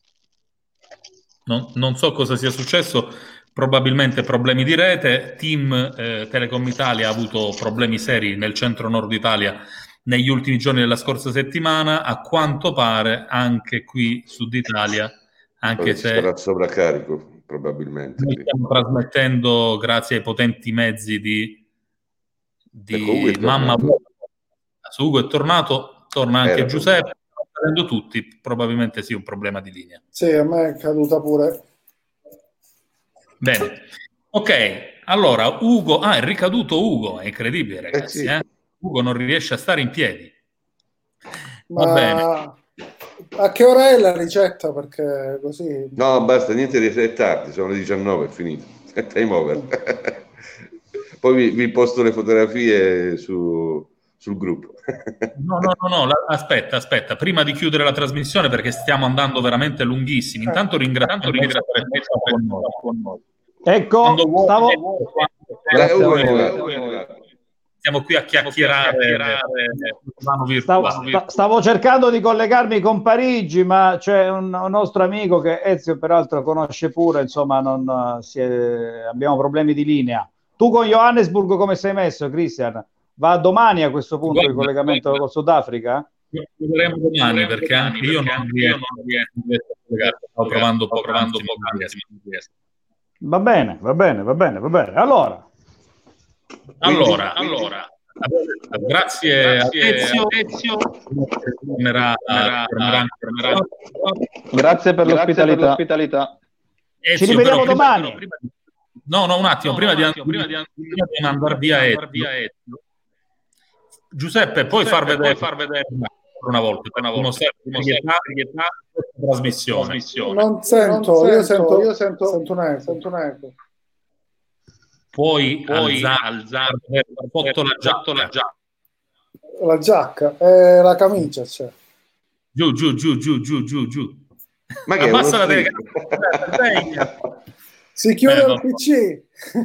Non so cosa sia successo, probabilmente problemi di rete. Team Telecom Italia ha avuto problemi seri nel centro-nord Italia negli ultimi giorni della scorsa settimana, a quanto pare anche qui Sud Italia, anche se sarà sovraccarico probabilmente. Noi stiamo trasmettendo grazie ai potenti mezzi di Mamma Ugo è tornato, torna anche Giuseppe, vedendo tutti, probabilmente sì, un problema di linea. Sì, a me è caduta pure. Bene, ok, allora Ugo, è ricaduto Ugo, è incredibile ragazzi, sì. Ugo non riesce a stare in piedi. Ma va bene. A che ora è la ricetta? Perché così... No, basta, niente, è tardi, sono le 19, è finito. È time over. Poi vi posto le fotografie sul gruppo. No, aspetta, prima di chiudere la trasmissione, perché stiamo andando veramente lunghissimi. Intanto ringrazio con noi. Ecco, Stiamo qui a chiacchierare. Stavo cercando di collegarmi con Parigi, ma c'è un nostro amico che Ezio peraltro conosce pure, insomma abbiamo problemi di linea. Tu con Johannesburg come sei messo, Christian? Va domani a questo punto il collegamento col Sudafrica? Lo vedremo domani, perché anche io non riesco a collegarmi. Sto provando un po'. Va bene. Allora, grazie a Ezio. Grazie per l'ospitalità. Ci rivediamo domani. No, un attimo, prima di andare via Ezio. Giuseppe, puoi far vedere una volta la trasmissione. Non sento, io sento un eco. Puoi alzare sotto la giacca, la camicia c'è. Giù. Ma che abbassa la telecamera. Si chiude il PC.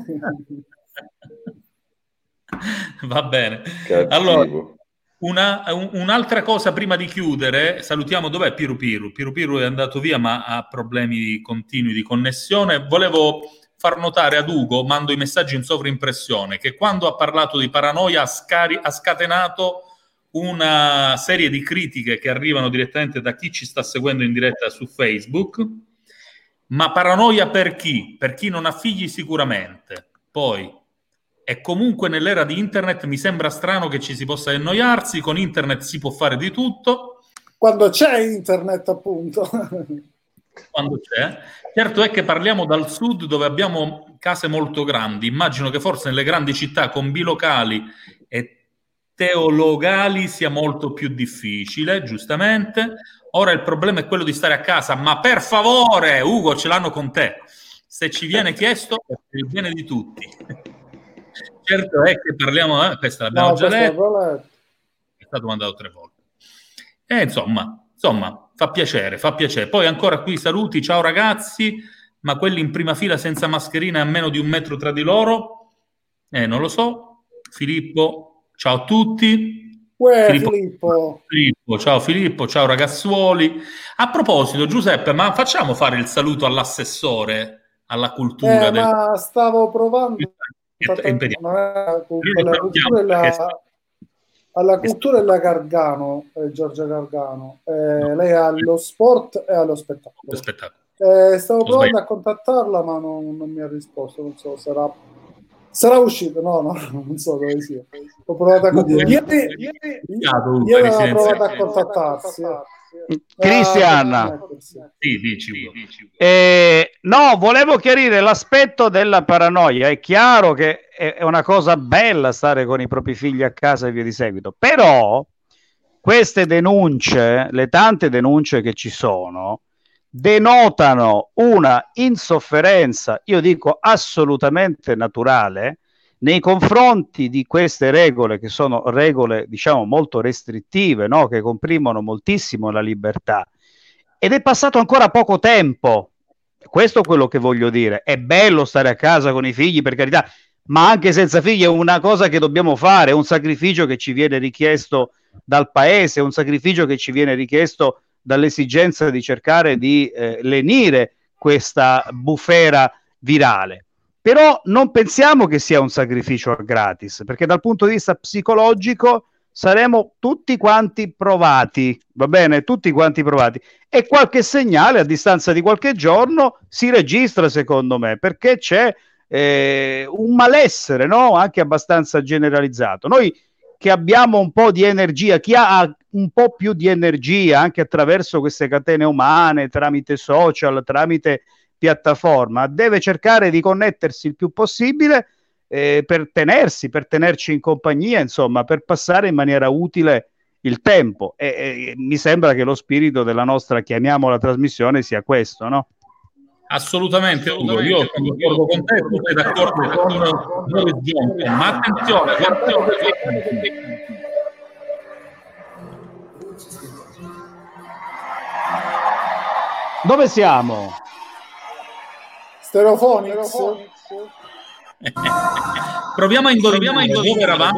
Va bene. Allora, un'altra cosa prima di chiudere, salutiamo, dov'è Piru è andato via ma ha problemi continui di connessione. Volevo far notare ad Ugo, mando i messaggi in sovrimpressione, che quando ha parlato di paranoia ha scatenato una serie di critiche che arrivano direttamente da chi ci sta seguendo in diretta su Facebook. Ma paranoia per chi? Per chi non ha figli sicuramente. Poi, e comunque nell'era di internet mi sembra strano che ci si possa annoiarsi, con internet si può fare di tutto. Quando c'è internet, appunto. Quando c'è. Certo è che parliamo dal sud, dove abbiamo case molto grandi. Immagino che forse nelle grandi città con bilocali e teologali sia molto più difficile, giustamente. Ora il problema è quello di stare a casa, ma per favore, Ugo, ce l'hanno con te. Se ci viene chiesto, è per il bene di tutti. Certo è che parliamo, questa l'abbiamo già letta, è stato mandato 3 volte. E insomma, fa piacere. Poi ancora qui saluti, ciao ragazzi, ma quelli in prima fila senza mascherina e a meno di 1 metro tra di loro? Non lo so. Filippo, ciao a tutti. Filippo, ciao Filippo, ciao ragazzuoli. A proposito, Giuseppe, ma facciamo fare il saluto all'assessore alla cultura ma stavo provando alla cultura della Gargano, Giorgia Gargano. Lei ha lo sport e allo spettacolo. Stavo provando a contattarla, ma non mi ha risposto. Non so, sarà uscito? No, non so dove sia. Ho provato a contattarsi. Ieri avevo provato a contattarsi. Cristian, dici. No, volevo chiarire l'aspetto della paranoia. È chiaro che è una cosa bella stare con i propri figli a casa e via di seguito, però queste denunce, le tante denunce che ci sono, denotano una insofferenza, io dico assolutamente naturale, nei confronti di queste regole, che sono regole, diciamo, molto restrittive, no? Che comprimono moltissimo la libertà. Ed è passato ancora poco tempo. Questo è quello che voglio dire. È bello stare a casa con i figli, per carità, ma anche senza figli è una cosa che dobbiamo fare, è un sacrificio che ci viene richiesto dal paese, è un sacrificio che ci viene richiesto dall'esigenza di cercare di lenire questa bufera virale. Però non pensiamo che sia un sacrificio gratis, perché dal punto di vista psicologico saremo tutti quanti provati, va bene? Tutti quanti provati. E qualche segnale a distanza di qualche giorno si registra, secondo me, perché c'è un malessere, no? Anche abbastanza generalizzato. Noi che abbiamo un po' di energia, chi ha un po' più di energia anche attraverso queste catene umane, tramite social, tramite piattaforma, deve cercare di connettersi il più possibile per tenerci in compagnia, insomma, per passare in maniera utile il tempo. E mi sembra che lo spirito della nostra, chiamiamola, trasmissione sia questo, no? Assolutamente, Ugo. Io sono d'accordo con te, tu sei d'accordo con Boris Johnson, ma attenzione. Dove siamo? Stereophonics. Proviamo a indovinare dove eravamo.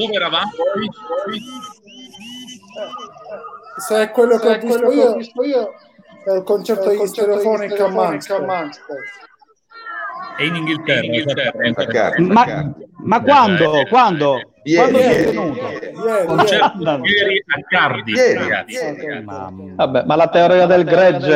Se è quello che ho visto io è il concerto di Stereofonica a Manchester. È in Inghilterra. Ma quando? Quando è venuto? Ieri a Cardiff, ragazzi. Vabbè, ma la teoria del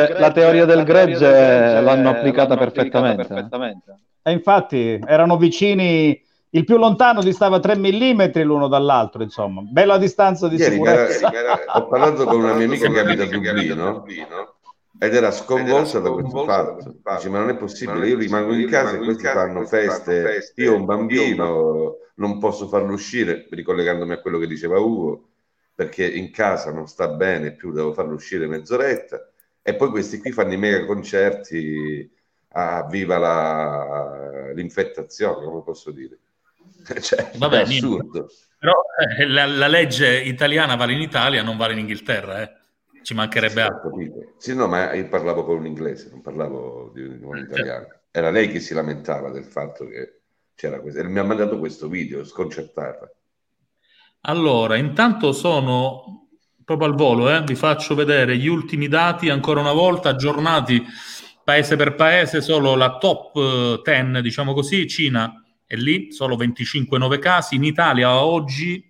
gregge l'hanno applicata perfettamente. E infatti erano vicini, il più lontano distava 3 millimetri l'uno dall'altro, insomma, bella distanza di sicurezza. Ho parlato con una mia amica che abita a Dublino ed era sconvolta da questo fatto. Dice, ma non è possibile, io rimango in casa e questi fanno feste, io ho un bambino, non posso farlo uscire, ricollegandomi a quello che diceva Ugo, perché in casa non sta bene più, devo farlo uscire mezz'oretta, e poi questi qui fanno i mega concerti a viva l'infettazione, come posso dire. Cioè, vabbè, è assurdo. Però la legge italiana vale in Italia, non vale in Inghilterra, ci mancherebbe altro. Sì, no, ma io parlavo con un inglese, non parlavo di un italiano. Era lei che si lamentava del fatto che c'era questo. E mi ha mandato questo video, sconcertata. Allora, intanto sono proprio al volo, vi faccio vedere gli ultimi dati, ancora una volta, aggiornati paese per paese, solo la top 10, diciamo così. Cina è lì, solo 25 nuovi casi. In Italia oggi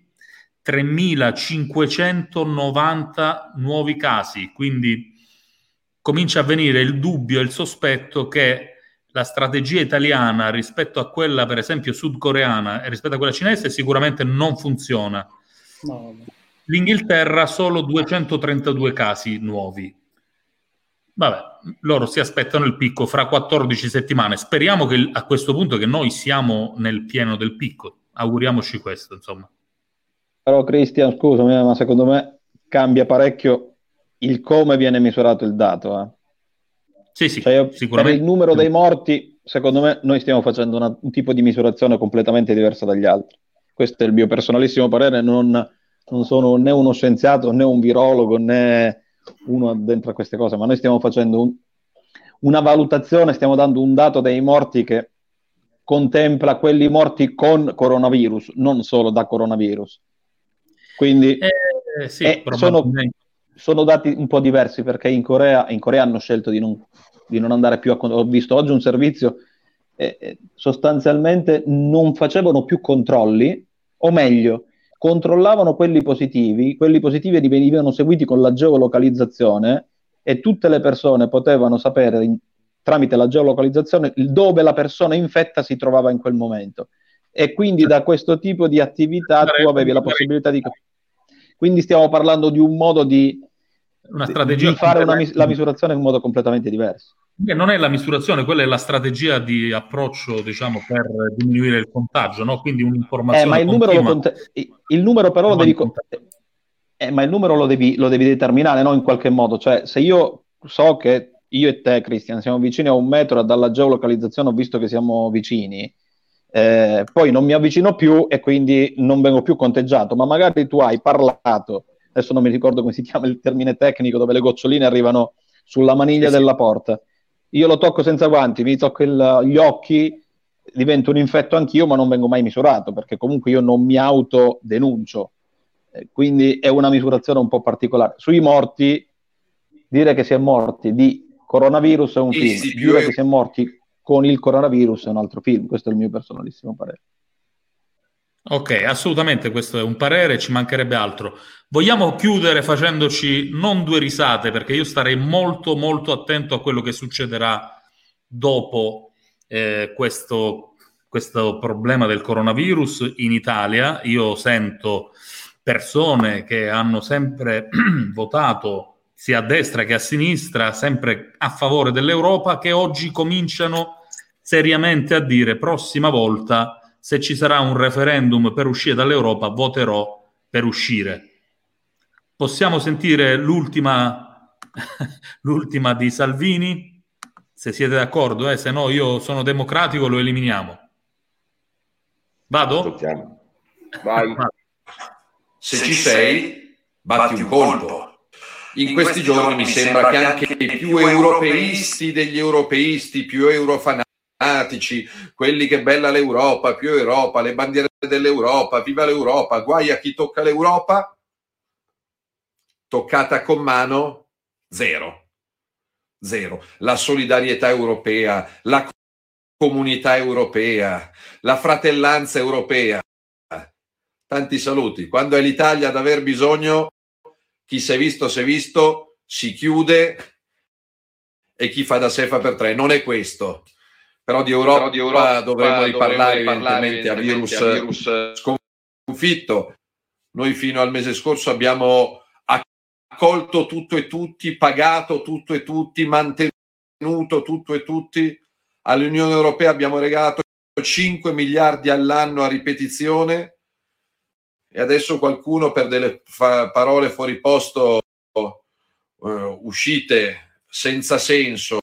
3.590 nuovi casi, quindi comincia a venire il dubbio e il sospetto che la strategia italiana rispetto a quella, per esempio, sudcoreana e rispetto a quella cinese sicuramente non funziona. No. L'Inghilterra solo 232 casi nuovi. Vabbè, loro si aspettano il picco fra 14 settimane. Speriamo che a questo punto che noi siamo nel pieno del picco. Auguriamoci questo, insomma. Però Cristian, scusami, ma secondo me cambia parecchio il come viene misurato il dato. Sì, cioè sicuramente. Per il numero dei morti, secondo me, noi stiamo facendo un tipo di misurazione completamente diversa dagli altri. Questo è il mio personalissimo parere, non sono né uno scienziato, né un virologo, né uno dentro a queste cose, ma noi stiamo facendo una valutazione, stiamo dando un dato dei morti che contempla quelli morti con coronavirus, non solo da coronavirus. Quindi sì, sono dati un po' diversi, perché in Corea hanno scelto di non andare più ho visto oggi un servizio, sostanzialmente non facevano più controlli, o meglio, controllavano quelli positivi venivano seguiti con la geolocalizzazione e tutte le persone potevano sapere tramite la geolocalizzazione dove la persona infetta si trovava in quel momento, e quindi da questo tipo di attività tu avevi la possibilità di... Quindi stiamo parlando di un modo di fare la misurazione in un modo completamente diverso. Non è la misurazione, quella è la strategia di approccio, diciamo, per diminuire il contagio, no? Quindi un'informazione ma il numero però ma il numero lo devi determinare, no? In qualche modo. Cioè, se io so che io e te, Cristian, siamo vicini a 1 metro, dalla geolocalizzazione ho visto che siamo vicini, poi non mi avvicino più e quindi non vengo più conteggiato, ma magari tu hai parlato, adesso non mi ricordo come si chiama il termine tecnico, dove le goccioline arrivano sulla maniglia della porta, io lo tocco senza guanti, mi tocco gli occhi, divento un infetto anch'io, ma non vengo mai misurato, perché comunque io non mi autodenuncio, quindi è una misurazione un po' particolare. Sui morti, dire che si è morti di coronavirus è un film, dire che si è morti con il coronavirus è un altro film. Questo è il mio personalissimo parere. Ok, assolutamente, questo è un parere, ci mancherebbe altro. Vogliamo chiudere facendoci non 2 risate, perché io starei molto molto attento a quello che succederà dopo questo problema del coronavirus in Italia. Io sento persone che hanno sempre votato sia a destra che a sinistra, sempre a favore dell'Europa, che oggi cominciano seriamente a dire: prossima volta, se ci sarà un referendum per uscire dall'Europa, voterò per uscire. Possiamo sentire l'ultima di Salvini? Se siete d'accordo, se no io sono democratico, lo eliminiamo. Vado? Vai. Se ci sei, batti un colpo. In questi giorni mi sembra che anche i più europeisti degli europeisti, più eurofanatici, fanatici, quelli che bella l'Europa, più Europa, le bandiere dell'Europa, viva l'Europa, guai a chi tocca l'Europa. Toccata con mano, zero. La solidarietà europea, la comunità europea, la fratellanza europea. Tanti saluti. Quando è l'Italia ad aver bisogno, chi si è visto, si chiude, e chi fa da sé fa per tre. Non è questo. Però di Europa dovremmo riparlare evidentemente a virus sconfitto. Noi fino al mese scorso abbiamo accolto tutto e tutti, pagato tutto e tutti, mantenuto tutto e tutti. All'Unione Europea abbiamo regalato 5 miliardi all'anno a ripetizione, e adesso qualcuno, per delle parole fuori posto, uscite senza senso,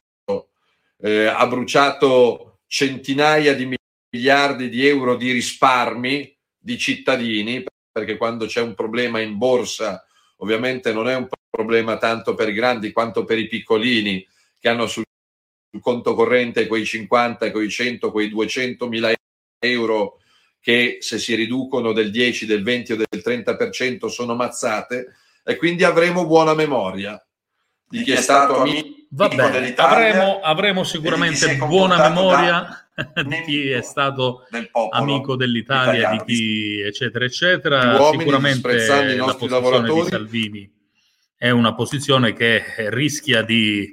ha bruciato centinaia di miliardi di euro di risparmi di cittadini, perché quando c'è un problema in borsa ovviamente non è un problema tanto per i grandi quanto per i piccolini, che hanno sul conto corrente quei 50, quei 100, quei 200 mila euro che, se si riducono del 10, del 20 o del 30%, sono mazzate. E quindi avremo buona memoria di chi è stato amico dell'Italia. Avremo sicuramente buona memoria di chi è stato amico dell'Italia, di chi eccetera eccetera. Sicuramente la posizione di Salvini è una posizione che rischia di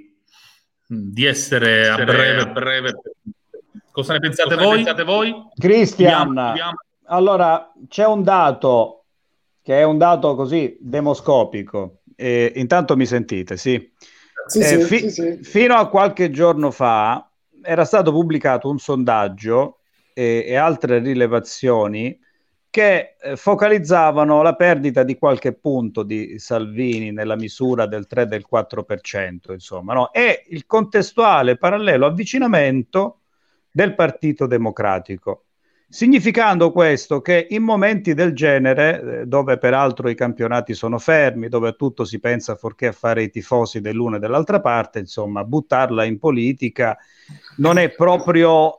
essere a breve. Cosa ne pensate voi? Cristian, allora c'è un dato che è un dato così demoscopico. Intanto mi sentite? Sì. Sì. Fino a qualche giorno fa era stato pubblicato un sondaggio e altre rilevazioni che focalizzavano la perdita di qualche punto di Salvini nella misura del 3 del 4%, insomma, no? E il contestuale parallelo avvicinamento del Partito Democratico, significando questo che in momenti del genere, dove peraltro i campionati sono fermi, dove tutto si pensa fuorché a fare i tifosi dell'una e dell'altra parte, insomma, buttarla in politica non è proprio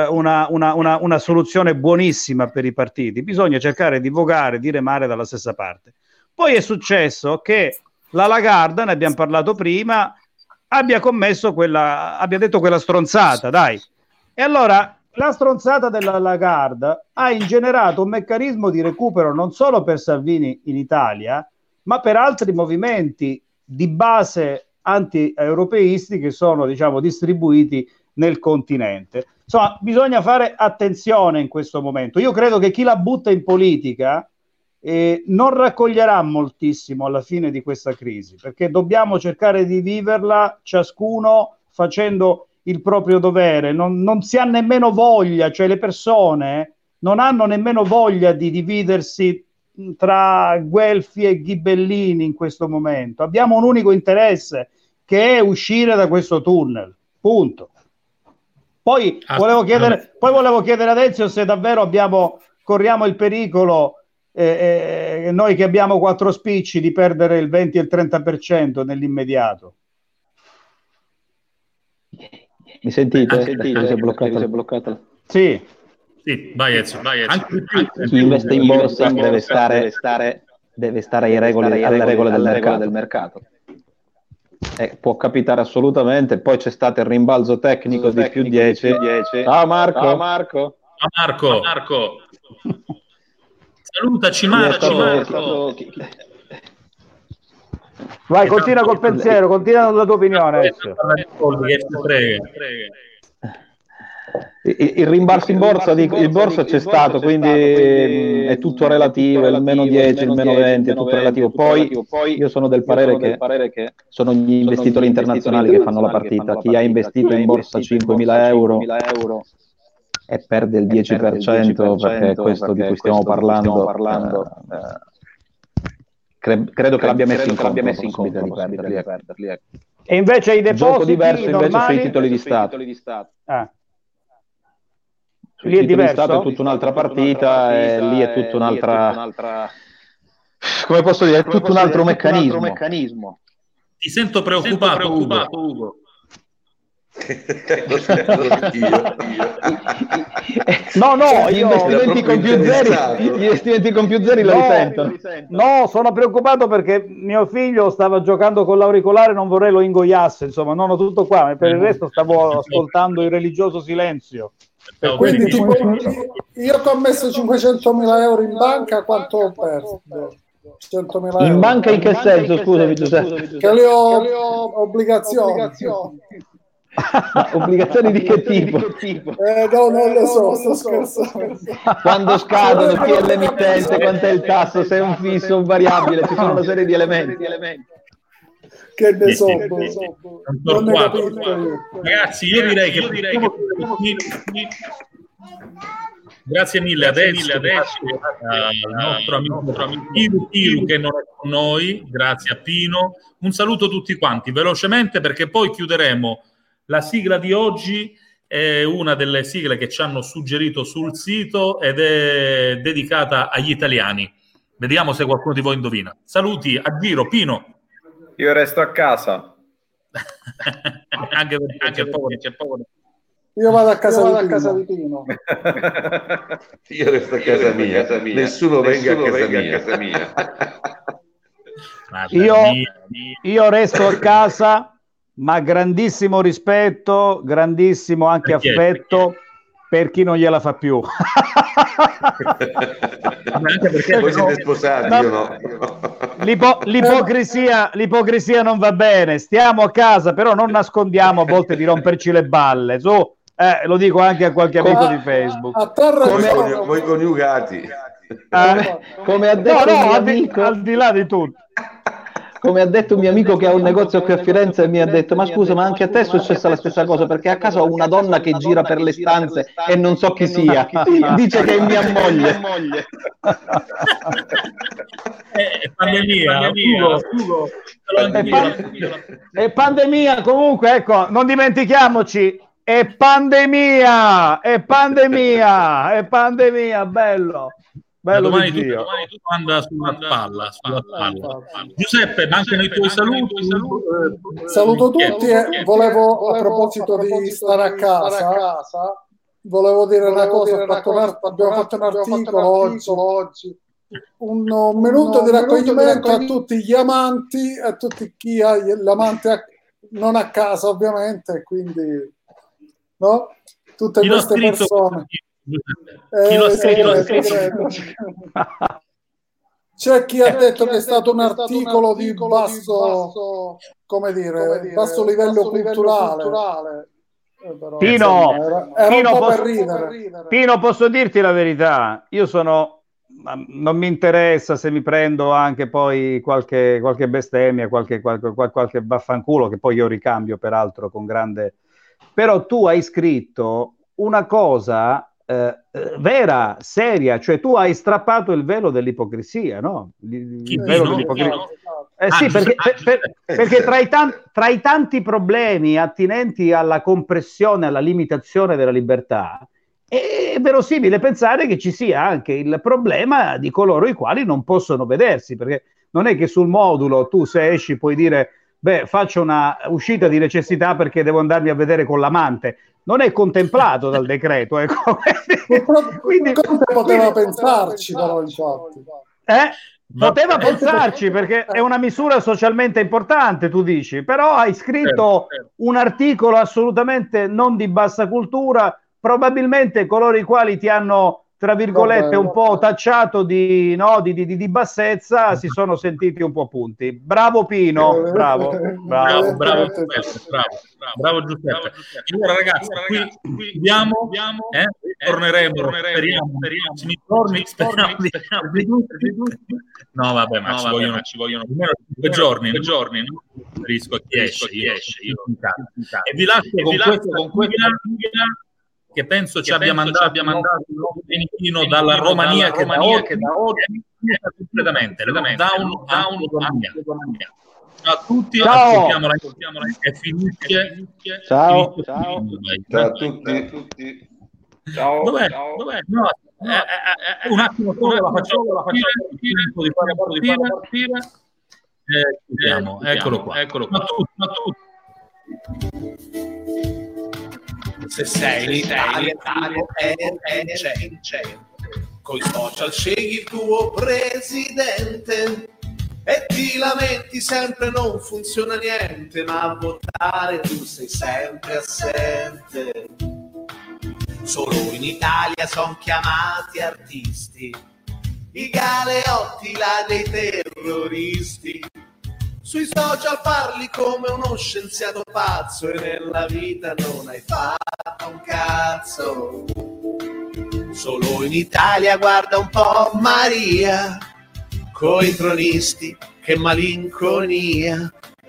una soluzione buonissima per i partiti. Bisogna cercare di vogare, di remare dalla stessa parte. Poi è successo che la Lagarde, ne abbiamo parlato prima, abbia detto quella stronzata, dai. E allora la stronzata della Lagarde ha ingenerato un meccanismo di recupero non solo per Salvini in Italia, ma per altri movimenti di base anti-europeisti che sono, diciamo, distribuiti nel continente. Insomma, bisogna fare attenzione in questo momento. Io credo che chi la butta in politica non raccoglierà moltissimo alla fine di questa crisi, perché dobbiamo cercare di viverla ciascuno facendo il proprio dovere. Non si ha nemmeno voglia, cioè le persone non hanno nemmeno voglia di dividersi tra Guelfi e Ghibellini in questo momento. Abbiamo un unico interesse, che è uscire da questo tunnel, punto. Poi volevo chiedere ad Ezio se davvero corriamo il pericolo, noi che abbiamo 4 spicci, di perdere il 20 e il 30% nell'immediato. Mi sentite? Si è bloccata. Sì, vai Ezio. Chi investe in borsa deve stare alle regole del mercato. Può capitare assolutamente. Poi c'è stato il rimbalzo tecnico di più 10. Ciao Marco. Salutaci Marco. Vai, continua col pensiero, continua con la tua opinione. Il rimbalzo in borsa, il borsa c'è stato, quindi è tutto relativo, il meno 10, il meno 20, è tutto relativo. Poi io sono del parere che sono gli investitori internazionali che fanno la partita. Chi ha investito in borsa 5.000 euro e perde il 10%, perché è questo di cui stiamo parlando. Credo che l'abbia messo in conto di perderli. E invece i depositi gioco diverso invece sui titoli di Stato. Sui titoli di Stato è tutta un'altra partita, e lì è tutta un'altra, come posso dire, è tutto un altro meccanismo. Ti sento preoccupato, Ugo. No, gli investimenti con più zeri lo risentono. No, sono preoccupato perché mio figlio stava giocando con l'auricolare, non vorrei lo ingoiasse, insomma, non ho tutto qua, ma per il resto stavo ascoltando il religioso silenzio. Quindi tipo, io che ho messo 500.000 euro in banca, quanto ho perso? 100.000 euro. In banca in che senso, scusami Giuseppe? Che le ho obbligazioni. Obbligazioni di che tipo? No, non lo so, sto scherzando. Quando scadono, chi è l'emittente, quant'è il tasso, se è un fisso o un variabile, ci sono una serie di elementi. Che ne so, non ne capisco io. Ragazzi, io direi che grazie mille adesso al nostro amico Piru che non è con noi, grazie a Pino, un saluto a tutti quanti velocemente, perché poi chiuderemo. La sigla di oggi è una delle sigle che ci hanno suggerito sul sito ed è dedicata agli italiani. Vediamo se qualcuno di voi indovina. Saluti a giro. Pino. Io resto a casa. anche il povero c'è poco. Io vado a casa di Pino. Io resto a casa mia. Nessuno venga a casa mia. Io resto a casa, ma grandissimo rispetto, grandissimo anche affetto per chi non gliela fa più. Anche perché voi siete sposati, io no. L'ipocrisia non va bene, stiamo a casa, però non nascondiamo a volte di romperci le balle. Lo dico anche a qualche amico di Facebook. Voi coniugati. Come ha detto amico, al di là di tutto. Come ha detto un mio amico che ha un negozio qui a Firenze, e mi ha detto: ma scusa, ma anche a te è successa la stessa cosa, perché a casa ho una donna che gira per le stanze e non so chi sia. Dice che è mia moglie. È pandemia, comunque, ecco, non dimentichiamoci, è pandemia, bello. Domani tu anda sulla palla. Giuseppe, mancano i tuoi saluti. Saluto tutti e volevo, a proposito di stare a casa, volevo dire una cosa. Abbiamo fatto un articolo oggi, un minuto di raccoglimento a tutti gli amanti, a tutti chi ha l'amante non a casa, ovviamente, quindi no? Tutte queste persone. Chi lo ha scritto? C'è chi ha detto che è stato un articolo di basso, come dire, basso livello culturale. Pino, posso dirti la verità? Io non mi interessa se mi prendo anche poi qualche bestemmia, qualche vaffanculo, che poi io ricambio peraltro con grande. Però tu hai scritto una cosa vera, seria, cioè tu hai strappato il velo dell'ipocrisia, no? Dell'ipocrisia. Sì, perché tra i tanti problemi attinenti alla compressione, alla limitazione della libertà, è verosimile pensare che ci sia anche il problema di coloro i quali non possono vedersi, perché non è che sul modulo tu, se esci, puoi dire: beh, faccio una uscita di necessità perché devo andarmi a vedere con l'amante. Non è contemplato dal decreto, ecco. Quindi poteva pensarci, però, infatti. Poteva pensarci, perché è una misura socialmente importante, tu dici, però hai scritto un articolo assolutamente non di bassa cultura. Probabilmente coloro i quali ti hanno, tra virgolette, un po' tacciato di bassezza si sono sentiti un po' punti. Bravo Pino, bravo Giuseppe. Allora ragazzi, qui chiudiamo, torneremo, speriamo. No vabbè, ma ci vogliono 2 giorni, no? Rischio chi esce, io. E vi lascio con questa che penso ci abbia mandato un Benitino dalla Romania, che da oggi completamente down. Ciao a tutti, ascoltiamola e finisce. Ciao a tutti. Ciao. Dov'è? No, un attimo solo la facciamo tempo di fare partire. Eccolo qua. A tutti. Se sei in Italia è vincente. Coi social scegli il tuo presidente e ti lamenti sempre, non funziona niente, ma a votare tu sei sempre assente. Solo in Italia son chiamati artisti, i galeotti là dei terroristi. Sui social parli come uno scienziato pazzo e nella vita non hai fatto un cazzo. Solo in Italia guarda un po' Maria, coi tronisti, che malinconia.